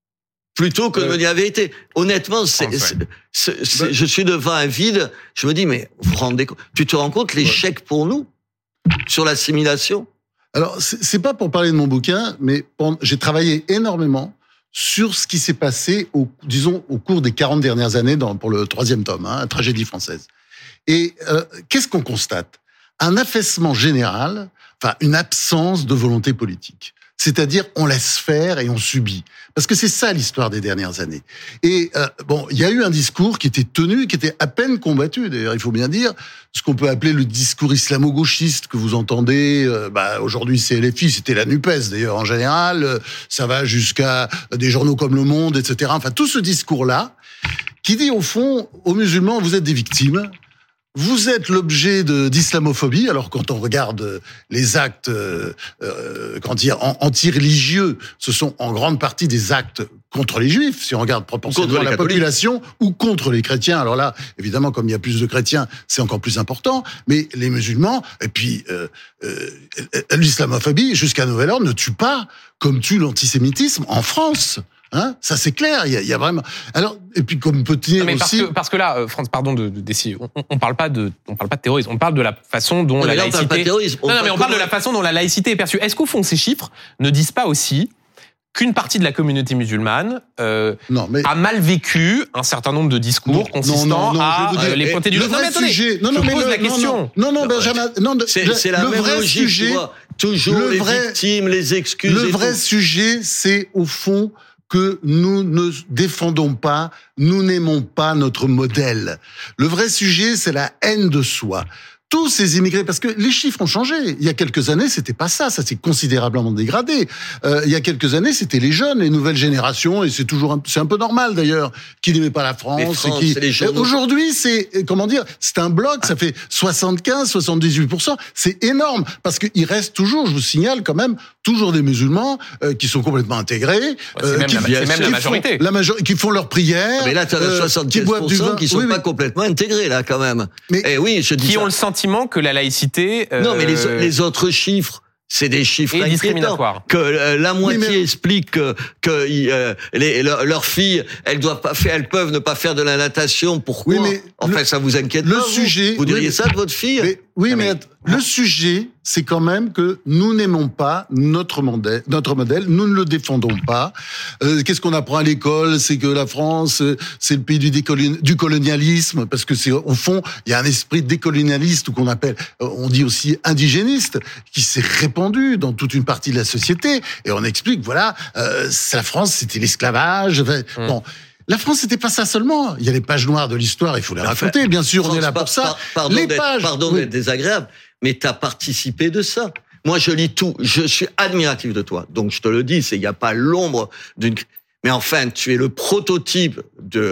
plutôt que de me dire la vérité. Honnêtement, c'est, c'est, c'est, c'est, bah, je suis devant un vide. Je me dis, mais vous vous rendez compte, tu te rends compte l'échec ouais. pour nous sur l'assimilation ? Alors, c'est, c'est pas pour parler de mon bouquin, mais pendant, j'ai travaillé énormément sur ce qui s'est passé, au, disons, au cours des quarante dernières années dans, pour le troisième tome, hein, Tragédie française. Et euh, qu'est-ce qu'on constate ? Un affaissement général, enfin une absence de volonté politique. C'est-à-dire, on laisse faire et on subit. Parce que c'est ça l'histoire des dernières années. Et euh, bon, il y a eu un discours qui était tenu, qui était à peine combattu. D'ailleurs, il faut bien dire, ce qu'on peut appeler le discours islamo-gauchiste que vous entendez. Euh, bah, aujourd'hui, c'est L F I, c'était la NUPES d'ailleurs en général. Euh, ça va jusqu'à des journaux comme Le Monde, et cetera. Enfin, tout ce discours-là, qui dit au fond aux musulmans, vous êtes des victimes. Vous êtes l'objet de, d'islamophobie, alors quand on regarde les actes euh, euh, quand dire, anti-religieux, ce sont en grande partie des actes contre les juifs, si on regarde proportionnellement la population, ou contre les chrétiens. Alors là, évidemment, comme il y a plus de chrétiens, c'est encore plus important, mais les musulmans, et puis euh, euh, l'islamophobie, jusqu'à nouvel ordre, ne tue pas comme tue l'antisémitisme en France. Hein, ça c'est clair, il y a, il y a vraiment. Alors et puis comme peut tenir mais parce aussi. Que, parce que là, France, pardon de, de d'essayer. On, on parle pas de, on parle pas de terrorisme. On parle de la façon dont non, la laïcité. On parle pas de terrorisme. On non, non, mais on parle de la façon dont la laïcité est perçue. Est-ce qu'au fond ces chiffres ne disent pas aussi qu'une partie de la communauté musulmane euh, non, mais... a mal vécu un certain nombre de discours non, consistant non, non, non, à euh, les pointer du doigt. Non, mais attendez, non, non, je mais pose le, la question. Non, non, non Benjamin, non, c'est, le, c'est la le même vrai logique, sujet, tu vois. Toujours le les vrai, victimes, les excuses. Le vrai tout. sujet, c'est au fond que nous ne défendons pas, nous n'aimons pas notre modèle. Le vrai sujet, c'est la haine de soi. Tous ces immigrés, parce que les chiffres ont changé. Il y a quelques années, c'était pas ça. Ça s'est considérablement dégradé. Euh, il y a quelques années, c'était les jeunes, les nouvelles générations, et c'est toujours, un, c'est un peu normal d'ailleurs, qui n'aimaient pas la France. France et qui... les Aujourd'hui, c'est comment dire, c'est un bloc. Ça fait soixante-quinze, soixante-dix-huit pour cent. C'est énorme parce qu'il reste toujours, je vous signale quand même, toujours des musulmans euh, qui sont complètement intégrés, ouais, euh, qui, la, même la majorité, font, la major... qui font leurs prières. Mais là, tu as euh, soixante-quinze pour cent qui, vin... qui sont oui, pas mais... complètement intégrés là quand même. Mais et oui, je dis qui ça. ont le sentiment que la laïcité... Euh... Non, mais les, les autres chiffres, c'est des chiffres et discriminatoires. Que euh, la moitié oui, mais... explique que, que euh, les, leur, leurs filles, elles doivent pas faire, elles peuvent ne pas faire de la natation. Pourquoi oui, mais Enfin, le, ça vous inquiète le pas sujet, vous, vous diriez oui, ça de votre fille mais, Oui, non, mais, mais le sujet, c'est quand même que nous n'aimons pas notre modèle, notre modèle, nous ne le défendons pas. Euh, qu'est-ce qu'on apprend à l'école ? C'est que la France, c'est le pays du, décolon, du colonialisme, parce que c'est au fond, il y a un esprit décolonialiste ou qu'on appelle, on dit aussi indigéniste, qui s'est répandu dans toute une partie de la société. Et on explique, voilà, euh, la France, c'était l'esclavage. Enfin, mmh. Bon. La France, c'était pas ça seulement. Il y a les pages noires de l'histoire, il faut les raconter. Bien sûr, France, on est là pour ça. Par, pardon les d'être, pages. Pardon oui. d'être désagréable, mais t'as participé de ça. Moi, je lis tout. Je suis admiratif de toi. Donc, je te le dis, c'est, il n'y a pas l'ombre d'une, mais enfin, tu es le prototype de,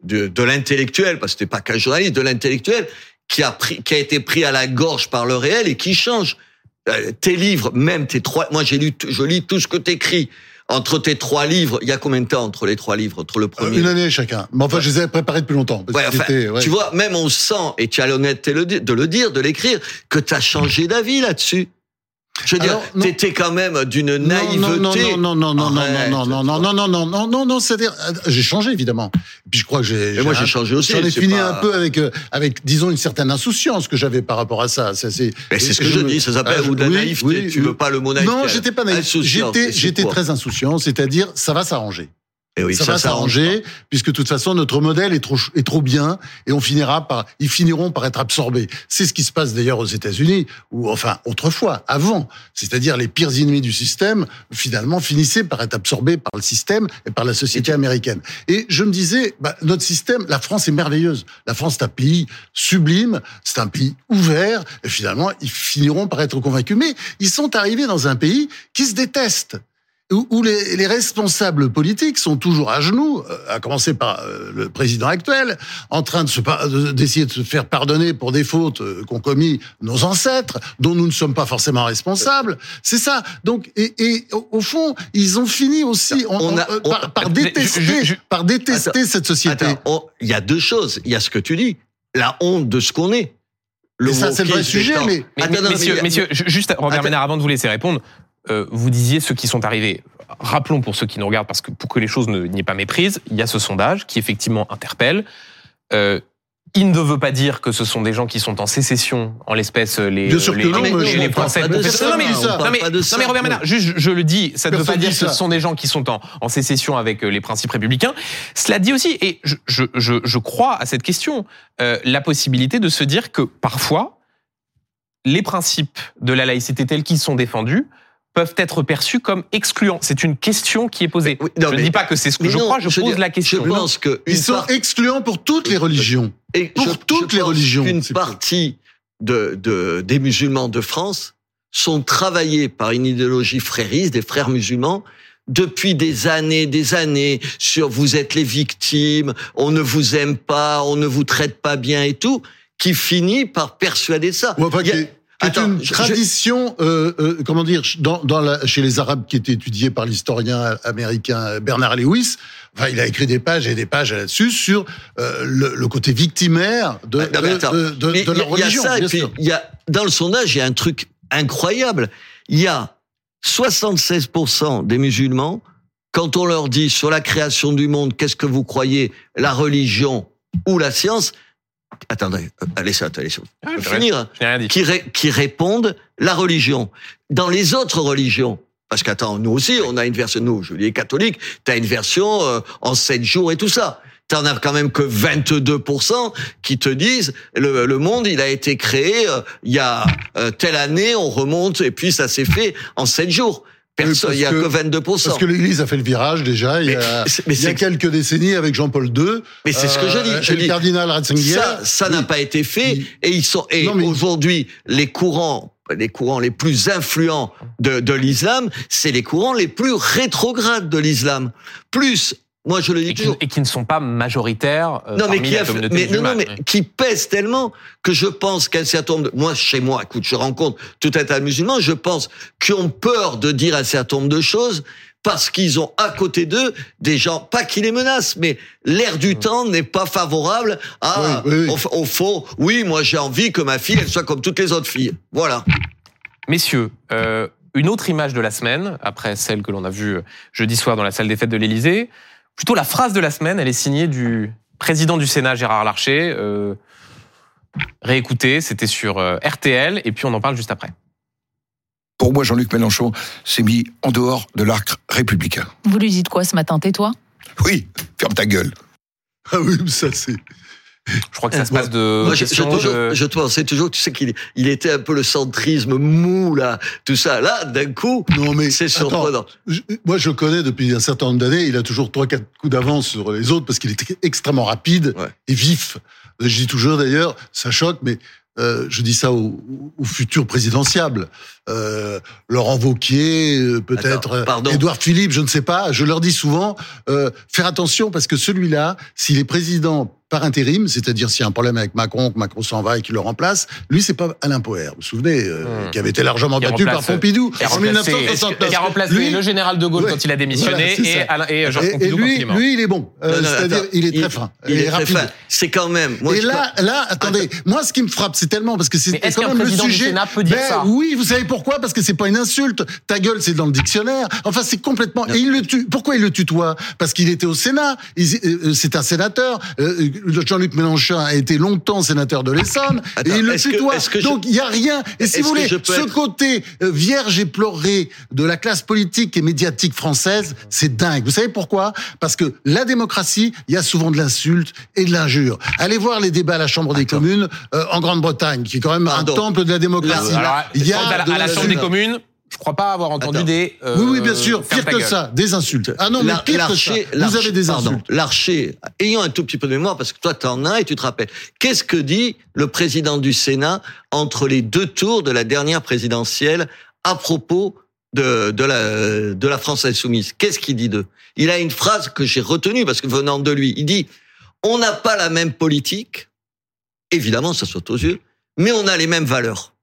de, de l'intellectuel, parce que c'était pas qu'un journaliste, de l'intellectuel qui a pris, qui a été pris à la gorge par le réel et qui change. Euh, tes livres, même tes trois, moi j'ai lu, je lis tout ce que t'écris. Entre tes trois livres, il y a combien de temps entre les trois livres, entre le premier? Une année chacun. Mais enfin, ouais. je les ai préparés depuis longtemps. Parce ouais, enfin, ouais. Tu vois, même on sent, et tu as l'honnêteté de le dire, de l'écrire, que tu as changé d'avis là-dessus. Je veux Alors, dire, t'étais quand même d'une naïveté. Non, non, non, non, non, non, Arrête, non, non, non, non, non, non, non, non, non, c'est-à-dire, j'ai changé évidemment. Et puis je crois que j'ai. Et moi j'ai changé aussi. J'en ai fini pas... un peu avec, avec, disons, une certaine insouciance que j'avais par rapport à ça. ça c'est. Mais c'est ce que je, je dis. Ça s'appelle ou de la oui, naïveté. Oui, tu oui. veux pas le mot naïveté. Non, j'étais pas naïf. J'étais, j'étais très insouciant. C'est-à-dire, ça va s'arranger. Et oui, ça, ça va s'arranger, puisque de toute façon notre modèle est trop est trop bien, et on finira par, ils finiront par être absorbés. C'est ce qui se passe d'ailleurs aux États-Unis, ou enfin autrefois, avant, c'est-à-dire les pires ennemis du système finalement finissaient par être absorbés par le système et par la société américaine. Et je me disais, bah, notre système, la France est merveilleuse. La France est un pays sublime, c'est un pays ouvert, et finalement ils finiront par être convaincus. Mais ils sont arrivés dans un pays qui se déteste, où les, les responsables politiques sont toujours à genoux, à commencer par euh, le président actuel, en train de se d'essayer de se faire pardonner pour des fautes qu'ont commis nos ancêtres, dont nous ne sommes pas forcément responsables. C'est ça. Donc, et, et au fond, ils ont fini aussi on, on a, on, par, par détester, je, je, je, par détester attends, cette société. Il y a deux choses. Il y a ce que tu dis, la honte de ce qu'on est. Le et ça, c'est le vrai sujet. Mais, mais, mais, messieurs, mais, messieurs, juste Robert Ménard, avant de vous laisser répondre. Euh, vous disiez ceux qui sont arrivés. Rappelons pour ceux qui nous regardent, parce que pour que les choses ne n'y aient pas méprise, il y a ce sondage qui effectivement interpelle. Euh, il ne veut pas dire que ce sont des gens qui sont en sécession, en l'espèce les Bien sûr les, que non, les, les, les Français. Non mais, non, mais, non mais Robert Ménard, juste je le dis, ça ne veut pas dire que ce sont des gens qui sont en, en sécession avec les principes républicains. Cela dit aussi, et je, je, je, je crois à cette question, euh, la possibilité de se dire que parfois les principes de la laïcité tels qu'ils sont défendus peuvent être perçus comme excluants. C'est une question qui est posée. Oui, non, je ne dis pas que c'est ce que je non, crois, je, je pose dire, la question. Je pense que ils sont part... excluants pour toutes les religions. Et pour je, toutes je les religions. Une partie de, de, des musulmans de France sont travaillés par une idéologie frériste, des frères musulmans, depuis des années, des années, sur vous êtes les victimes, on ne vous aime pas, on ne vous traite pas bien et tout, qui finit par persuader ça. Ouais, enfin, Il y a... C'est une je, tradition, je... euh, euh, comment dire, dans, dans la, chez les Arabes qui était étudiée par l'historien américain Bernard Lewis. Enfin, il a écrit des pages et des pages là-dessus sur euh, le, le côté victimaire de, ah, de, attends, de, de, de leur religion. Il y a ça, et puis il y a dans le sondage, il y a un truc incroyable. Il y a soixante-seize pour cent des musulmans, quand on leur dit sur la création du monde, qu'est-ce que vous croyez, la religion ou la science? Attendez, allez ça, allez ça. Ah, je finir. Hein, qui, ré, qui répondent la religion. Dans les autres religions, parce qu'attends, nous aussi, on a une version, nous, je dis catholique, t'as une version euh, en sept jours et tout ça. T'en as quand même que vingt-deux pour cent qui te disent le, le monde, il a été créé euh, il y a euh, telle année, on remonte et puis ça s'est fait en sept jours. Personne, il y a que, que vingt-deux pour cent. Parce que l'Église a fait le virage déjà. Il y a, mais il y a quelques décennies avec Jean-Paul deux. Mais c'est euh, ce que je dis. Je le dis, cardinal Ratzinger. Ça, ça oui. n'a pas été fait. Oui. Et ils sont. Et non, mais... aujourd'hui, les courants, les courants les plus influents de, de l'islam, c'est les courants les plus rétrogrades de l'islam. Plus. Moi, je le dis et qui, toujours. Et qui ne sont pas majoritaires euh, non, parmi mais qui la a, communauté mais, musulmane. Non, non, mais oui. qui pèsent tellement que je pense qu'un certain nombre de... Moi, chez moi, écoute, je rencontre tout un tas de musulmans, je pense qu'ils ont peur de dire un certain nombre de choses parce qu'ils ont à côté d'eux des gens, pas qui les menacent, mais l'air du mmh. temps n'est pas favorable à... Oui, oui, oui. Au, au fond, oui, moi, j'ai envie que ma fille, elle soit comme toutes les autres filles. Voilà. Messieurs, euh, une autre image de la semaine, après celle que l'on a vue jeudi soir dans la salle des fêtes de l'Élysée. Plutôt la phrase de la semaine, elle est signée du président du Sénat, Gérard Larcher. Euh, réécoutez, c'était sur euh, R T L, et puis on en parle juste après. Pour moi, Jean-Luc Mélenchon s'est mis en dehors de l'arc républicain. Vous lui dites quoi ce matin, tais-toi ? Oui, ferme ta gueule. Ah oui, ça c'est... Je crois que ça se passe de... Moi, je, je, toujours, de... je te pensais toujours, tu sais qu'il il était un peu le centrisme mou, là, tout ça. Là, d'un coup, non, mais c'est surprenant. Je, moi, je le connais depuis un certain nombre d'années. Il a toujours trois, quatre coups d'avance sur les autres parce qu'il est extrêmement rapide ouais. et vif. Je dis toujours, d'ailleurs, ça choque, mais Euh, je dis ça aux, aux futurs présidentiables. Euh, Laurent Wauquiez, euh, peut-être Édouard Philippe, je ne sais pas. Je leur dis souvent, euh, faire attention parce que celui-là, s'il est président par intérim, c'est-à-dire s'il y a un problème avec Macron, que Macron s'en va et qu'il le remplace, lui, c'est pas Alain Poher. Vous vous souvenez, euh, mmh. qui avait été largement qui battu par Pompidou en mille neuf cent soixante-neuf. Qui a remplacé lui, le général de Gaulle ouais, quand il a démissionné voilà, et, Alain, et Georges Pompidou et lui, quand il est mort. Lui, il est bon. Euh, non, non, c'est-à-dire, attends, il est très fin. Il, il est, est rapide. Très fin. C'est quand même. Moi, et là, peux... là, attendez, attends. moi, ce qui me frappe, c'est tellement parce que c'est est quand même le sujet. Du Sénat peut dire ben, ça oui, vous savez pourquoi? Parce que c'est pas une insulte. Ta gueule, c'est dans le dictionnaire. Enfin, c'est complètement. Non. Et il le tue. Pourquoi il le tutoie? Parce qu'il était au Sénat. Il... C'est un sénateur. Jean-Luc Mélenchon a été longtemps sénateur de l'Essonne. Et il le tutoie. Que, que Donc, il y a rien. Et si vous voulez, ce être... côté vierge et pleuré de la classe politique et médiatique française, c'est dingue. Vous savez pourquoi? Parce que la démocratie, il y a souvent de l'insulte et de l'injure. Allez voir les débats à la Chambre des Attends. communes euh, en Grande-Bretagne, qui est quand même Pardon. un temple de la démocratie. Alors, il y a à la, à la Chambre des communes, je crois pas avoir entendu Attends. des. Euh, oui, oui, bien sûr. Pire que ça, des insultes. Ah non, mais pire que ça. Vous avez des insultes. Pardon, Larcher, ayant un tout petit peu de mémoire, parce que toi t'en as et tu te rappelles. Qu'est-ce que dit le président du Sénat entre les deux tours de la dernière présidentielle à propos de, de la, de la France insoumise? Qu'est-ce qu'il dit d'eux? Il a une phrase que j'ai retenue parce que venant de lui, il dit: on n'a pas la même politique. Évidemment, ça saute aux yeux, mais on a les mêmes valeurs.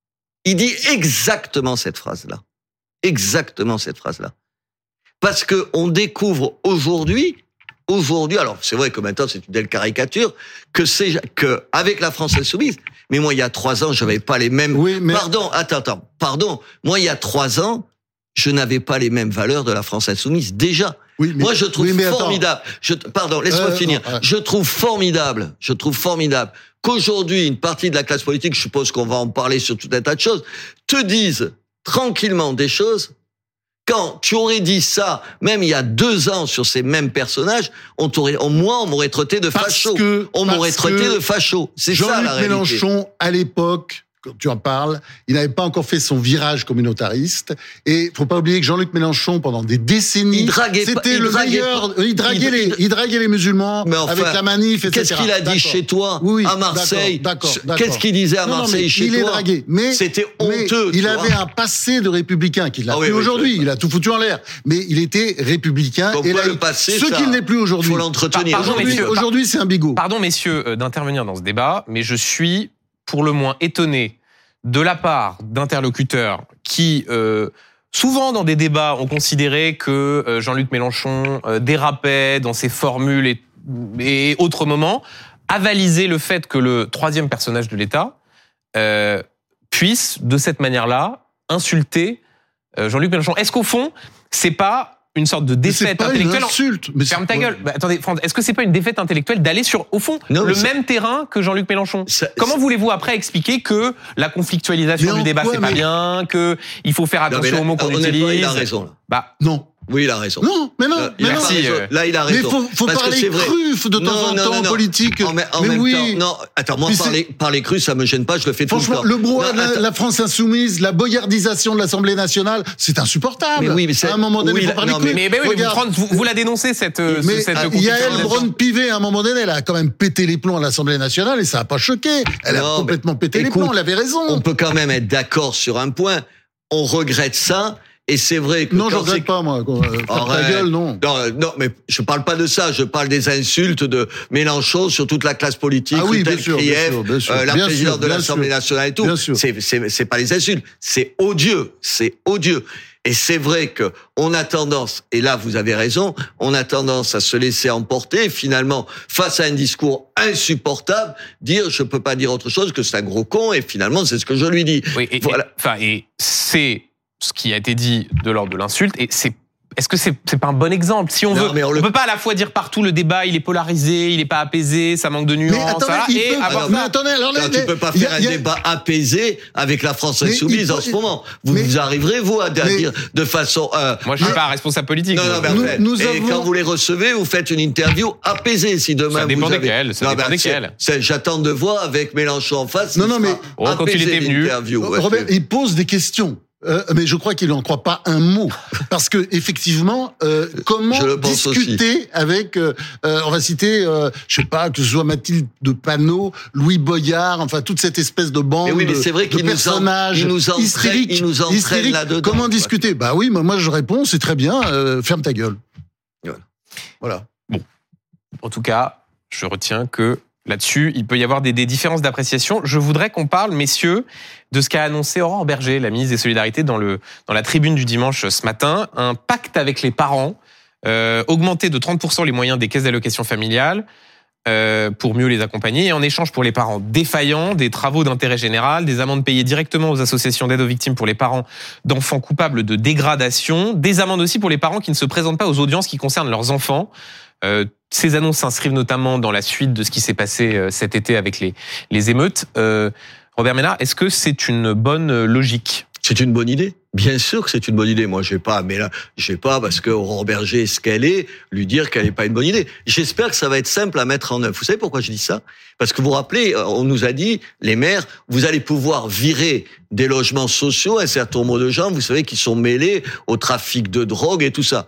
Il dit exactement cette phrase-là. Exactement cette phrase-là. Parce que on découvre aujourd'hui, aujourd'hui, alors c'est vrai que maintenant c'est une belle caricature, que c'est, que avec la France insoumise, mais moi il y a trois ans, je n'avais pas les mêmes, oui, mais... pardon, attends, attends, pardon, moi il y a trois ans, je n'avais pas les mêmes valeurs de la France insoumise, déjà. Oui, mais, moi, je trouve oui, formidable. Je, pardon, laisse-moi euh, finir. Euh, je trouve formidable. Je trouve formidable qu'aujourd'hui, une partie de la classe politique, je suppose qu'on va en parler sur tout un tas de choses, te dise tranquillement des choses. Quand tu aurais dit ça, même il y a deux ans sur ces mêmes personnages, on t'aurait, au moins, on m'aurait traité de facho. Que, on m'aurait traité de facho. C'est ça la réalité. Jean-Luc Mélenchon, à l'époque, quand tu en parles, il n'avait pas encore fait son virage communautariste. Et faut pas oublier que Jean-Luc Mélenchon, pendant des décennies, il draguait c'était il le draguait meilleur. Pas. Il draguait il, les, il draguait les musulmans mais enfin, avec la manif, et cetera. Qu'est-ce qu'il a dit chez toi, oui, oui, à Marseille? D'accord, d'accord, Qu'est-ce qu'il disait à Marseille, non, non, chez il toi? Il est dragué, mais c'était honteux. Mais il avait un passé de républicain qu'il n'a ah, plus oui, aujourd'hui. Oui, il a tout foutu en l'air, mais il était républicain. Donc, et là, le passé, ce qu'il n'est plus aujourd'hui. Il faut l'entretenir. Aujourd'hui, aujourd'hui, c'est un bigot. Pardon, messieurs, euh, d'intervenir dans ce débat, mais je suis pour le moins étonné de la part d'interlocuteurs qui, euh, souvent dans des débats, ont considéré que euh, Jean-Luc Mélenchon euh, dérapait dans ses formules et, et autres moments, avaliser le fait que le troisième personnage de l'État euh, puisse, de cette manière-là, insulter euh, Jean-Luc Mélenchon. Est-ce qu'au fond, c'est pas une sorte de défaite mais intellectuelle? Une insulte. Mais ferme ta gueule. Bah, attendez, Franck, est-ce que c'est pas une défaite intellectuelle d'aller sur, au fond, non, le ça... même terrain que Jean-Luc Mélenchon? ça, Comment ça... voulez-vous après expliquer que la conflictualisation mais du débat, quoi, c'est mais... pas bien, que il faut faire attention non, là, aux mots qu'on utilise? Il a raison, là. Bah, non. Oui, il a raison. Non, mais non, euh, mais non. Merci, euh, là, il a raison. Mais faut, faut Parce parler cru de temps non, en non, temps non, non. politique. En, en mais même oui. temps, non. Attends, moi, parler, parler cru, ça me gêne pas, je le fais tout le temps. Franchement, le brouhaha de la, la France insoumise, la boyardisation de l'Assemblée nationale, c'est insupportable. Mais oui, mais c'est, à un moment donné, oui, il faut parler non, cru. Mais, mais, mais oui, vous, vous, vous la dénoncez, cette, mais, cette euh, Yael Braun-Pivet, à un moment donné, elle a quand même pété les plombs à l'Assemblée nationale et ça a pas choqué. Elle non, a complètement pété écoute, les plombs, elle avait raison. On peut quand même être d'accord sur un point. On regrette ça. Et c'est vrai que non, je regrette pas moi. Faire ta gueule, non. non. Non, mais je parle pas de ça. Je parle des insultes de Mélenchon sur toute la classe politique. Ah oui, bien sûr, bien sûr, bien sûr, euh, la bien présidente sûr, de l'Assemblée nationale et tout. Bien sûr. C'est, c'est, c'est pas les insultes. C'est odieux. C'est odieux. Et c'est vrai que on a tendance, et là vous avez raison, on a tendance à se laisser emporter. Finalement, face à un discours insupportable, dire je peux pas dire autre chose que c'est un gros con. Et finalement, c'est ce que je lui dis. Oui. Et, voilà. Enfin, et, et c'est ce qui a été dit de l'ordre de l'insulte, et c'est est-ce que c'est c'est pas un bon exemple? Si on non, veut, mais on, on le... peut pas à la fois dire partout le débat il est polarisé, il est pas apaisé, ça manque de nuances, mais attendez, voilà, et peut... avoir alors, mais attendez, alors là, tu peux pas faire a, un a... débat apaisé avec la France insoumise en ce moment. Vous, mais... vous arriverez vous à, à mais... dire de façon. Euh... Moi, je suis mais... pas un responsable politique. Non, non, mais nous, nous et avons... quand vous les recevez, vous faites une interview apaisée. Si demain ça dépend vous avez... desquelles. Ça dépend desquelles. J'attends de voir avec Mélenchon en face. Non, non, mais quand il était venu, Robert, il pose des questions. Euh, mais je crois qu'il n'en croit pas un mot, parce que effectivement, euh, comment discuter aussi. avec, euh, euh, on va citer, euh, je sais pas, que ce soit Mathilde de Panot, Louis Boyard, enfin toute cette espèce de bande, mais oui, mais c'est vrai de personnages il nous entraîne, hystériques, il nous entraîne hystériques. Là-dedans. Comment discuter ? Bah oui, moi, moi je réponds, c'est très bien, euh, ferme ta gueule. Voilà. voilà. Bon, en tout cas, je retiens que là-dessus, il peut y avoir des, des différences d'appréciation. Je voudrais qu'on parle, messieurs, de ce qu'a annoncé Aurore Berger, la ministre des Solidarités, dans, le, dans la tribune du dimanche ce matin. Un pacte avec les parents, euh, augmenter de trente pour cent les moyens des caisses d'allocation familiale euh, pour mieux les accompagner. Et en échange pour les parents défaillants, des travaux d'intérêt général, des amendes payées directement aux associations d'aide aux victimes pour les parents d'enfants coupables de dégradation, des amendes aussi pour les parents qui ne se présentent pas aux audiences qui concernent leurs enfants. Euh, ces annonces s'inscrivent notamment dans la suite de ce qui s'est passé euh, cet été avec les, les émeutes. Euh, Robert Ménard, est-ce que c'est une bonne logique ? C'est une bonne idée. Bien sûr que c'est une bonne idée. Moi, je vais pas, mais là, je vais pas, parce que Aurore Berger est ce qu'elle est, lui dire qu'elle n'est pas une bonne idée. J'espère que ça va être simple à mettre en œuvre. Vous savez pourquoi je dis ça ? Parce que vous vous rappelez, on nous a dit, les maires, vous allez pouvoir virer des logements sociaux un certain nombre de gens, vous savez, qui sont mêlés au trafic de drogue et tout ça.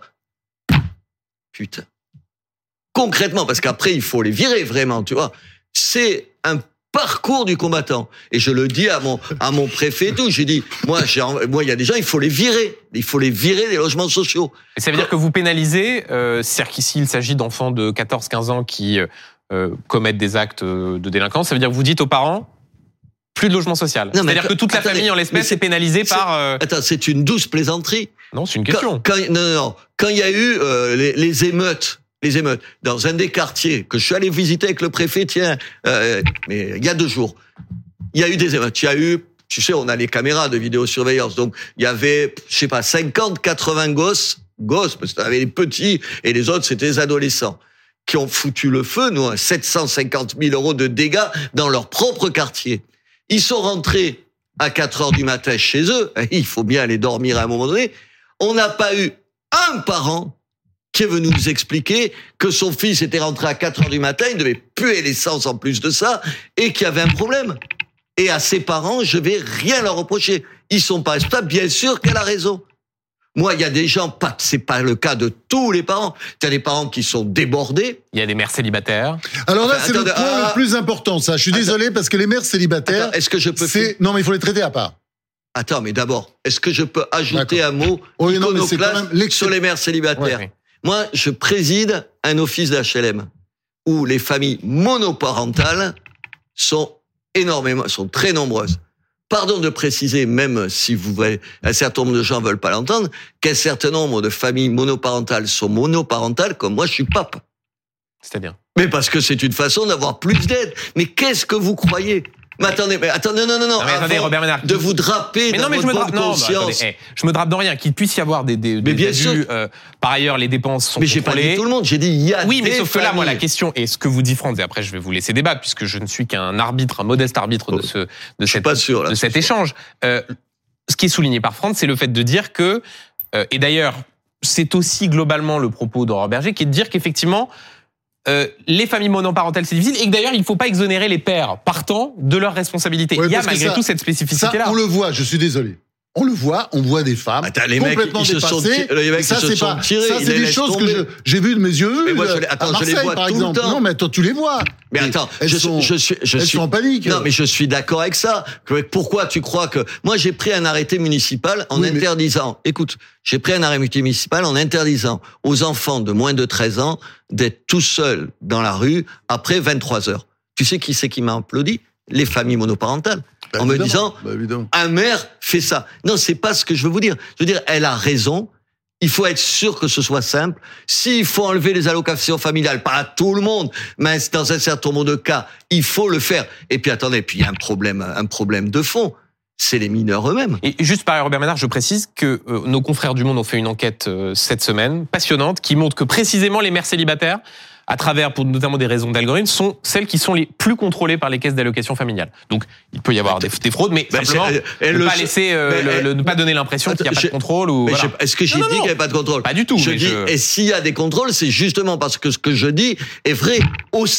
Putain. Concrètement, parce qu'après, il faut les virer, vraiment, tu vois. C'est un parcours du combattant. Et je le dis à mon, à mon préfet et tout. J'ai dit, moi, j'ai, moi, il y a des gens, il faut les virer. Il faut les virer des logements sociaux. Et ça veut dire que vous pénalisez, euh, c'est-à-dire qu'ici, il s'agit d'enfants de quatorze à quinze ans qui euh, commettent des actes de délinquance. Ça veut dire que vous dites aux parents, plus de logement social. Non, c'est-à-dire que toute la attendez, famille, en l'espèce, est pénalisée c'est, par... Euh... Attends, c'est une douce plaisanterie. Non, c'est une question. Quand, quand, non, non, non. Quand il y a eu euh, les, les émeutes, les émeutes, dans un des quartiers que je suis allé visiter avec le préfet, tiens, euh, mais il y a deux jours, il y a eu des émeutes. Il y a eu, tu sais, on a les caméras de vidéosurveillance, donc il y avait, je sais pas, cinquante, quatre-vingts gosses, gosses, parce que t'avais les petits et les autres, c'était les adolescents, qui ont foutu le feu, nous, sept cent cinquante mille euros de dégâts dans leur propre quartier. Ils sont rentrés à quatre heures du matin chez eux, il faut bien aller dormir à un moment donné. On n'a pas eu un parent qui est venu nous expliquer que son fils était rentré à quatre heures du matin, il devait puer l'essence en plus de ça, et qu'il y avait un problème. Et à ses parents, je vais rien leur reprocher. Ils sont pas responsables, bien sûr qu'elle a raison. Moi, il y a des gens, pas, c'est pas le cas de tous les parents. Il y a des parents qui sont débordés. Il y a des mères célibataires. Alors là, enfin, c'est attendez, le point ah, le plus important, ça. Je suis attends, désolé parce que les mères célibataires. Attends, est-ce que je peux c'est... Non, mais il faut les traiter à part. Attends, mais d'abord, est-ce que je peux ajouter D'accord. un mot oui, iconoclaste sur les mères célibataires? Oui, oui. Moi, je préside un office d'H L M où les familles monoparentales sont énormément, sont très nombreuses. Pardon de préciser, même si vous voyez, un certain nombre de gens veulent pas l'entendre, qu'un certain nombre de familles monoparentales sont monoparentales, comme moi, je suis pape. C'est-à-dire? Mais parce que c'est une façon d'avoir plus d'aide. Mais qu'est-ce que vous croyez? Mais attendez, mais attendez, non, non, non, non mais attendez, Robert Ménard, de vous draper mais dans non, mais votre je me drape, bonne non, conscience. bah, attendez, hey, je me drape dans rien, qu'il puisse y avoir des, des, des bien abus. Sûr. Euh, par ailleurs, les dépenses sont mais contrôlées. Mais j'ai pas dit tout le monde, j'ai dit il y a oui, des mais sauf familles. que là, moi, la question, et ce que vous dit Franz, et après je vais vous laisser débattre, puisque je ne suis qu'un arbitre, un modeste arbitre de ce, de cette, pas sûr, là, de cet échange. Euh, ce qui est souligné par Franz, c'est le fait de dire que, euh, et d'ailleurs, c'est aussi globalement le propos d'Aurore Berger, qui est de dire qu'effectivement, Euh, les familles monoparentales, c'est difficile, et que d'ailleurs, il ne faut pas exonérer les pères partant de leurs responsabilités. Oui, il y a malgré ça, tout cette spécificité-là. Ça, on le voit, je suis désolé. On le voit, on voit des femmes Attends, les complètement mecs, ils dépassées. Se sont, les mecs, ça, ils c'est se pas, sont tirés, ça, c'est des choses tomber. que je, j'ai vues de mes yeux. Mais moi, je les, attends, à Marseille, je les vois par tout exemple. le temps. Non, mais attends, tu les vois. Mais attends, elles je, sont, je suis, je elles suis sont en panique. Non, mais je suis d'accord avec ça. Pourquoi tu crois que moi j'ai pris un arrêté municipal en oui, interdisant. Mais... Écoute, j'ai pris un arrêté municipal en interdisant aux enfants de moins de treize ans d'être tout seuls dans la rue après vingt-trois heures. Tu sais qui c'est qui m'a applaudi? Les familles monoparentales. Bah, en me disant, bah, un maire fait ça. Non, c'est pas ce que je veux vous dire. Je veux dire, elle a raison. Il faut être sûr que ce soit simple. S'il faut enlever les allocations familiales, pas à tout le monde, mais dans un certain nombre de cas, il faut le faire. Et puis attendez, puis il y a un problème, un problème de fond. C'est les mineurs eux-mêmes. Et juste par Robert Ménard, je précise que euh, nos confrères du Monde ont fait une enquête euh, cette semaine, passionnante, qui montre que précisément les mères célibataires, à travers pour notamment des raisons d'algorithme, sont celles qui sont les plus contrôlées par les caisses d'allocation familiale. Donc, il peut y avoir des, des fraudes, mais ben simplement elle, elle ne pas laisser, euh, le, elle, le, ne pas donner l'impression qu'il n'y a pas de contrôle. Ou, voilà. Est-ce que j'ai non, dit qu'il n'y avait pas de contrôle? Pas du tout. Je mais dis, je... et s'il y a des contrôles, c'est justement parce que ce que je dis est vrai aussi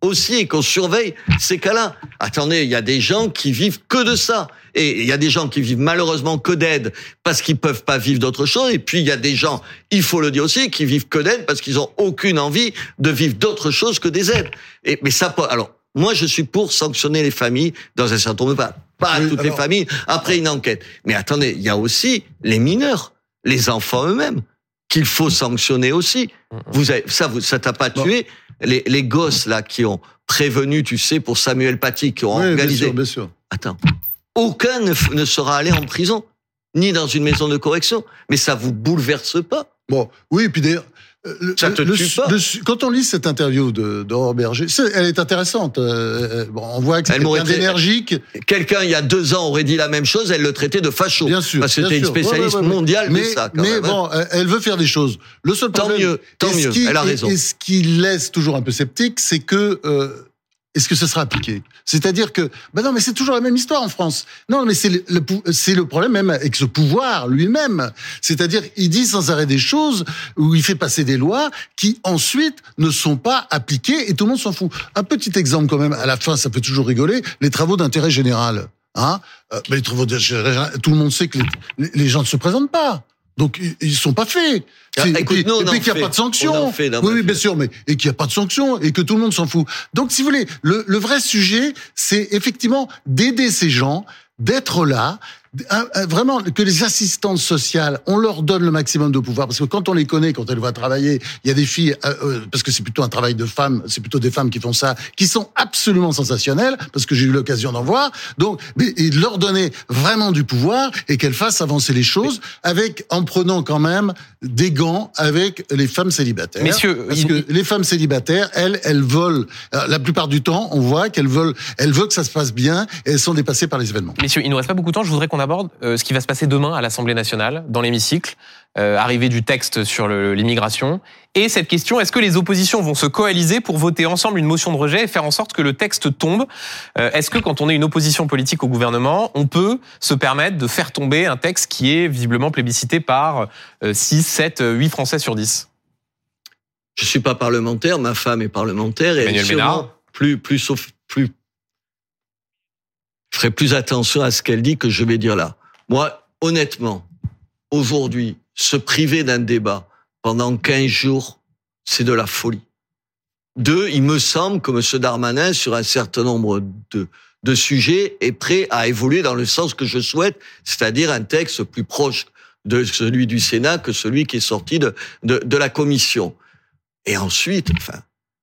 aussi et qu'on surveille ces cas-là. Attendez, il y a des gens qui vivent que de ça. Et il y a des gens qui vivent malheureusement que d'aide parce qu'ils peuvent pas vivre d'autre chose. Et puis il y a des gens, il faut le dire aussi, qui vivent que d'aide parce qu'ils ont aucune envie de vivre d'autre chose que des aides. Et, mais ça, alors, moi je suis pour sanctionner les familles dans un certain nombre de cas. Pas oui, toutes alors, les familles, après une enquête. Mais attendez, il y a aussi les mineurs, les enfants eux-mêmes, qu'il faut sanctionner aussi. Vous avez, ça, vous, ça t'a pas tué? Les, les gosses, là, qui ont prévenu, tu sais, pour Samuel Paty, qui ont oui, organisé. Bien sûr, bien sûr. Attends. Aucun ne, ne sera allé en prison, ni dans une maison de correction. Mais ça vous bouleverse pas? Bon, oui, puis d'ailleurs, le, ça te le, tue le, pas. le, quand on lit cette interview de d'Aurore Berger, c'est, elle est intéressante. Euh, bon, on voit que c'est quelqu'un d'énergique. Quelqu'un, il y a deux ans, aurait dit la même chose, elle le traitait de facho. Bien sûr. Parce que c'était une spécialiste ouais, ouais, ouais, mondiale mais, de ça, quand mais même. bon, elle veut faire des choses. Le seul tant problème, mieux, tant et mieux, qui, elle a raison. Et, et ce qui laisse toujours un peu sceptique, c'est que, euh, est-ce que ce sera appliqué? C'est-à-dire que, ben non, mais c'est toujours la même histoire en France. Non, mais c'est le, le, c'est le problème même avec ce pouvoir lui-même. C'est-à-dire, il dit sans arrêt des choses où il fait passer des lois qui ensuite ne sont pas appliquées et tout le monde s'en fout. Un petit exemple quand même, à la fin, ça peut toujours rigoler, les travaux d'intérêt général. Hein? Euh, mais les travaux d'intérêt général, tout le monde sait que les, les gens ne se présentent pas. Donc, ils sont pas faits. Ah, et écoute, puis, nous, on et puis en qu'il n'y a fait. pas de sanctions. Fait, là, oui, oui, bien sûr, mais et qu'il n'y a pas de sanctions et que tout le monde s'en fout. Donc, si vous voulez, le, le vrai sujet, c'est effectivement d'aider ces gens, d'être là, vraiment que les assistantes sociales, on leur donne le maximum de pouvoir, parce que quand on les connaît, quand elles vont travailler, il y a des filles, euh, parce que c'est plutôt un travail de femmes, c'est plutôt des femmes qui font ça, qui sont absolument sensationnelles, parce que j'ai eu l'occasion d'en voir. Donc, mais, et de leur donner vraiment du pouvoir et qu'elles fassent avancer les choses, avec en prenant quand même des gants avec les femmes célibataires. Messieurs, parce il... que les femmes célibataires, elles, elles veulent, la plupart du temps, on voit qu'elles veulent, elles veulent que ça se passe bien et elles sont dépassées par les événements. Messieurs, il nous reste pas beaucoup de temps. Je voudrais qu'on aborde euh, ce qui va se passer demain à l'Assemblée nationale, dans l'hémicycle, euh, arrivée du texte sur le, l'immigration. Et cette question, est-ce que les oppositions vont se coaliser pour voter ensemble une motion de rejet et faire en sorte que le texte tombe? euh, Est-ce que quand on est une opposition politique au gouvernement, on peut se permettre de faire tomber un texte qui est visiblement plébiscité par euh, six, sept, huit Français sur dix? Je suis pas parlementaire, ma femme est parlementaire et Emmanuelle elle Ménard. plus plus sauf plus ferait plus attention à ce qu'elle dit que je vais dire là. Moi, honnêtement, aujourd'hui, se priver d'un débat pendant quinze jours, c'est de la folie. Deux, il me semble que M. Darmanin, sur un certain nombre de, de sujets, est prêt à évoluer dans le sens que je souhaite, c'est-à-dire un texte plus proche de celui du Sénat que celui qui est sorti de, de, de la Commission. Et ensuite, enfin,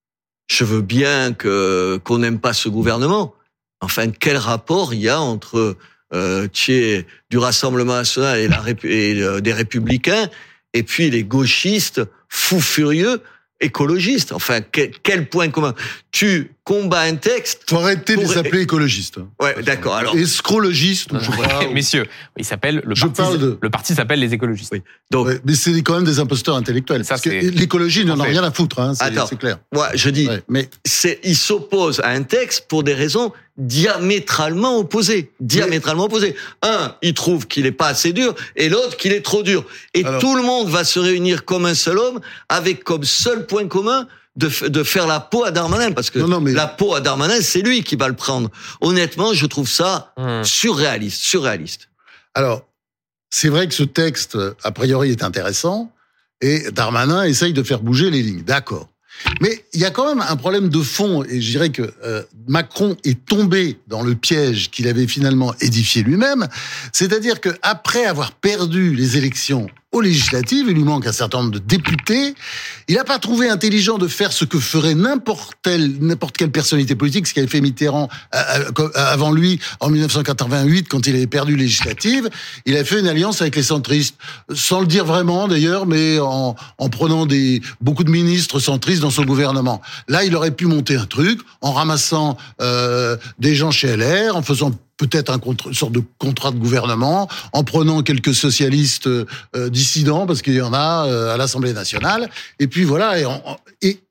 je veux bien que qu'on n'aime pas ce gouvernement. Enfin, quel rapport il y a entre euh, Thiers du Rassemblement national et, la, et euh, des Républicains et puis les gauchistes fous furieux écologistes? Enfin, quel, quel point commun? Tu combats un texte. Faut arrêter de les appeler écologistes. Ouais, d'accord. Alors, escrologistes, je sais pas. Messieurs, il s'appelle le Je parti. parle de- Le parti s'appelle les écologistes. oui. Donc, Ouais, mais c'est quand même des imposteurs intellectuels. Ça, parce que c'est- l'écologie n'en a Parfait. rien à foutre, hein, c'est, Attends. c'est clair. moi, je dis, Ouais, mais c'est, il s'oppose à un texte pour des raisons diamétralement opposées. Diamétralement opposées. Un, il trouve qu'il est pas assez dur, et l'autre qu'il est trop dur. Et Alors- tout le monde va se réunir comme un seul homme, avec comme seul point commun de, f- de faire la peau à Darmanin, parce que Non, non, mais- la peau à Darmanin, c'est lui qui va le prendre. Honnêtement, je trouve ça Mmh. surréaliste, surréaliste. alors, c'est vrai que ce texte, a priori, est intéressant, et Darmanin essaye de faire bouger les lignes. D'accord. Mais il y a quand même un problème de fond, et je dirais que euh, Macron est tombé dans le piège qu'il avait finalement édifié lui-même, c'est-à-dire que après avoir perdu les élections aux législatives, il lui manque un certain nombre de députés, il n'a pas trouvé intelligent de faire ce que ferait n'importe quelle, n'importe quelle personnalité politique, ce qu'avait fait Mitterrand euh, euh, avant lui en dix-neuf cent quatre-vingt-huit quand il avait perdu les législatives. Il a fait une alliance avec les centristes, sans le dire vraiment d'ailleurs, mais en, en prenant des, beaucoup de ministres centristes dans son gouvernement. Là, il aurait pu monter un truc en ramassant euh, des gens chez L R, en faisant peut-être un contre, une sorte de contrat de gouvernement, en prenant quelques socialistes euh, dissidents, parce qu'il y en a euh, à l'Assemblée nationale, et puis voilà, et, en, et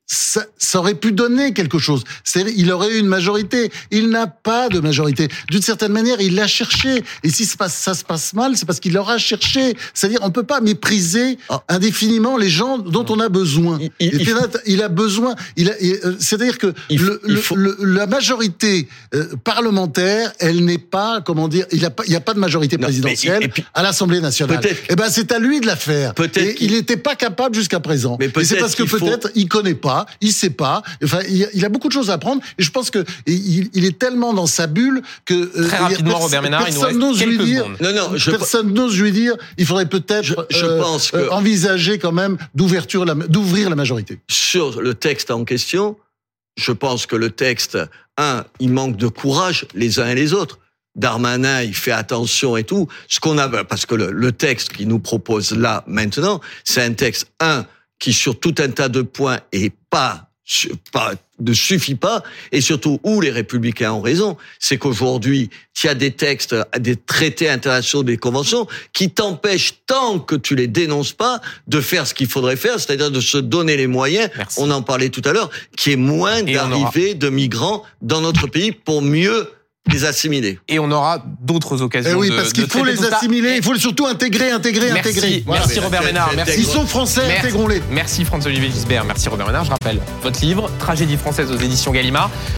ça, ça aurait pu donner quelque chose. C'est-à-dire, il aurait eu une majorité. Il n'a pas de majorité. D'une certaine manière, il l'a cherché. Et si ça se passe, ça se passe mal, c'est parce qu'il l'aura cherché. C'est-à-dire, on peut pas mépriser ah. indéfiniment les gens dont on a besoin. Il, il, Et puis, il a besoin. Il a, c'est-à-dire que il, le, il faut... le, la majorité euh, parlementaire, elle n'est pas, comment dire, il a pas, il y a pas de majorité présidentielle non, puis, à l'Assemblée nationale. Eh ben, c'est à lui de la faire. Peut-être et il n'était pas capable jusqu'à présent. Mais et c'est parce que peut-être faut... il connaît pas. Il sait pas. Enfin, il, il a beaucoup de choses à apprendre. Et je pense que il, il est tellement dans sa bulle que très euh, rapidement, pers- Robert Ménard, personne il nous reste quelques dire, secondes. Non, non, je personne n'ose lui dire. Il faudrait peut-être je, je euh, pense que euh, envisager quand même d'ouverture, la, d'ouvrir la majorité. Sur le texte en question, je pense que le texte, un, il manque de courage les uns et les autres. Darmanin, il fait attention et tout. Ce qu'on a, parce que le, le texte qu'il nous propose là maintenant, c'est un texte un qui sur tout un tas de points est pas, pas ne suffit pas, et surtout où les Républicains ont raison, c'est qu'aujourd'hui, il y a des textes, des traités internationaux, des conventions qui t'empêchent, tant que tu les dénonces pas, de faire ce qu'il faudrait faire, c'est-à-dire de se donner les moyens. Merci. On en parlait tout à l'heure, qu'il y ait moins et d'arrivées aura... de migrants dans notre pays pour mieux les assimiler. Et on aura d'autres occasions. Eh oui, de, parce qu'il de faut les assimiler, il faut surtout intégrer, intégrer, merci, intégrer. Voilà. Merci Robert Ménard. Merci. Ils sont français, merci. Intégrons-les. Merci François-Olivier Gisbert, merci Robert Ménard. Je rappelle votre livre, Tragédie française aux éditions Gallimard.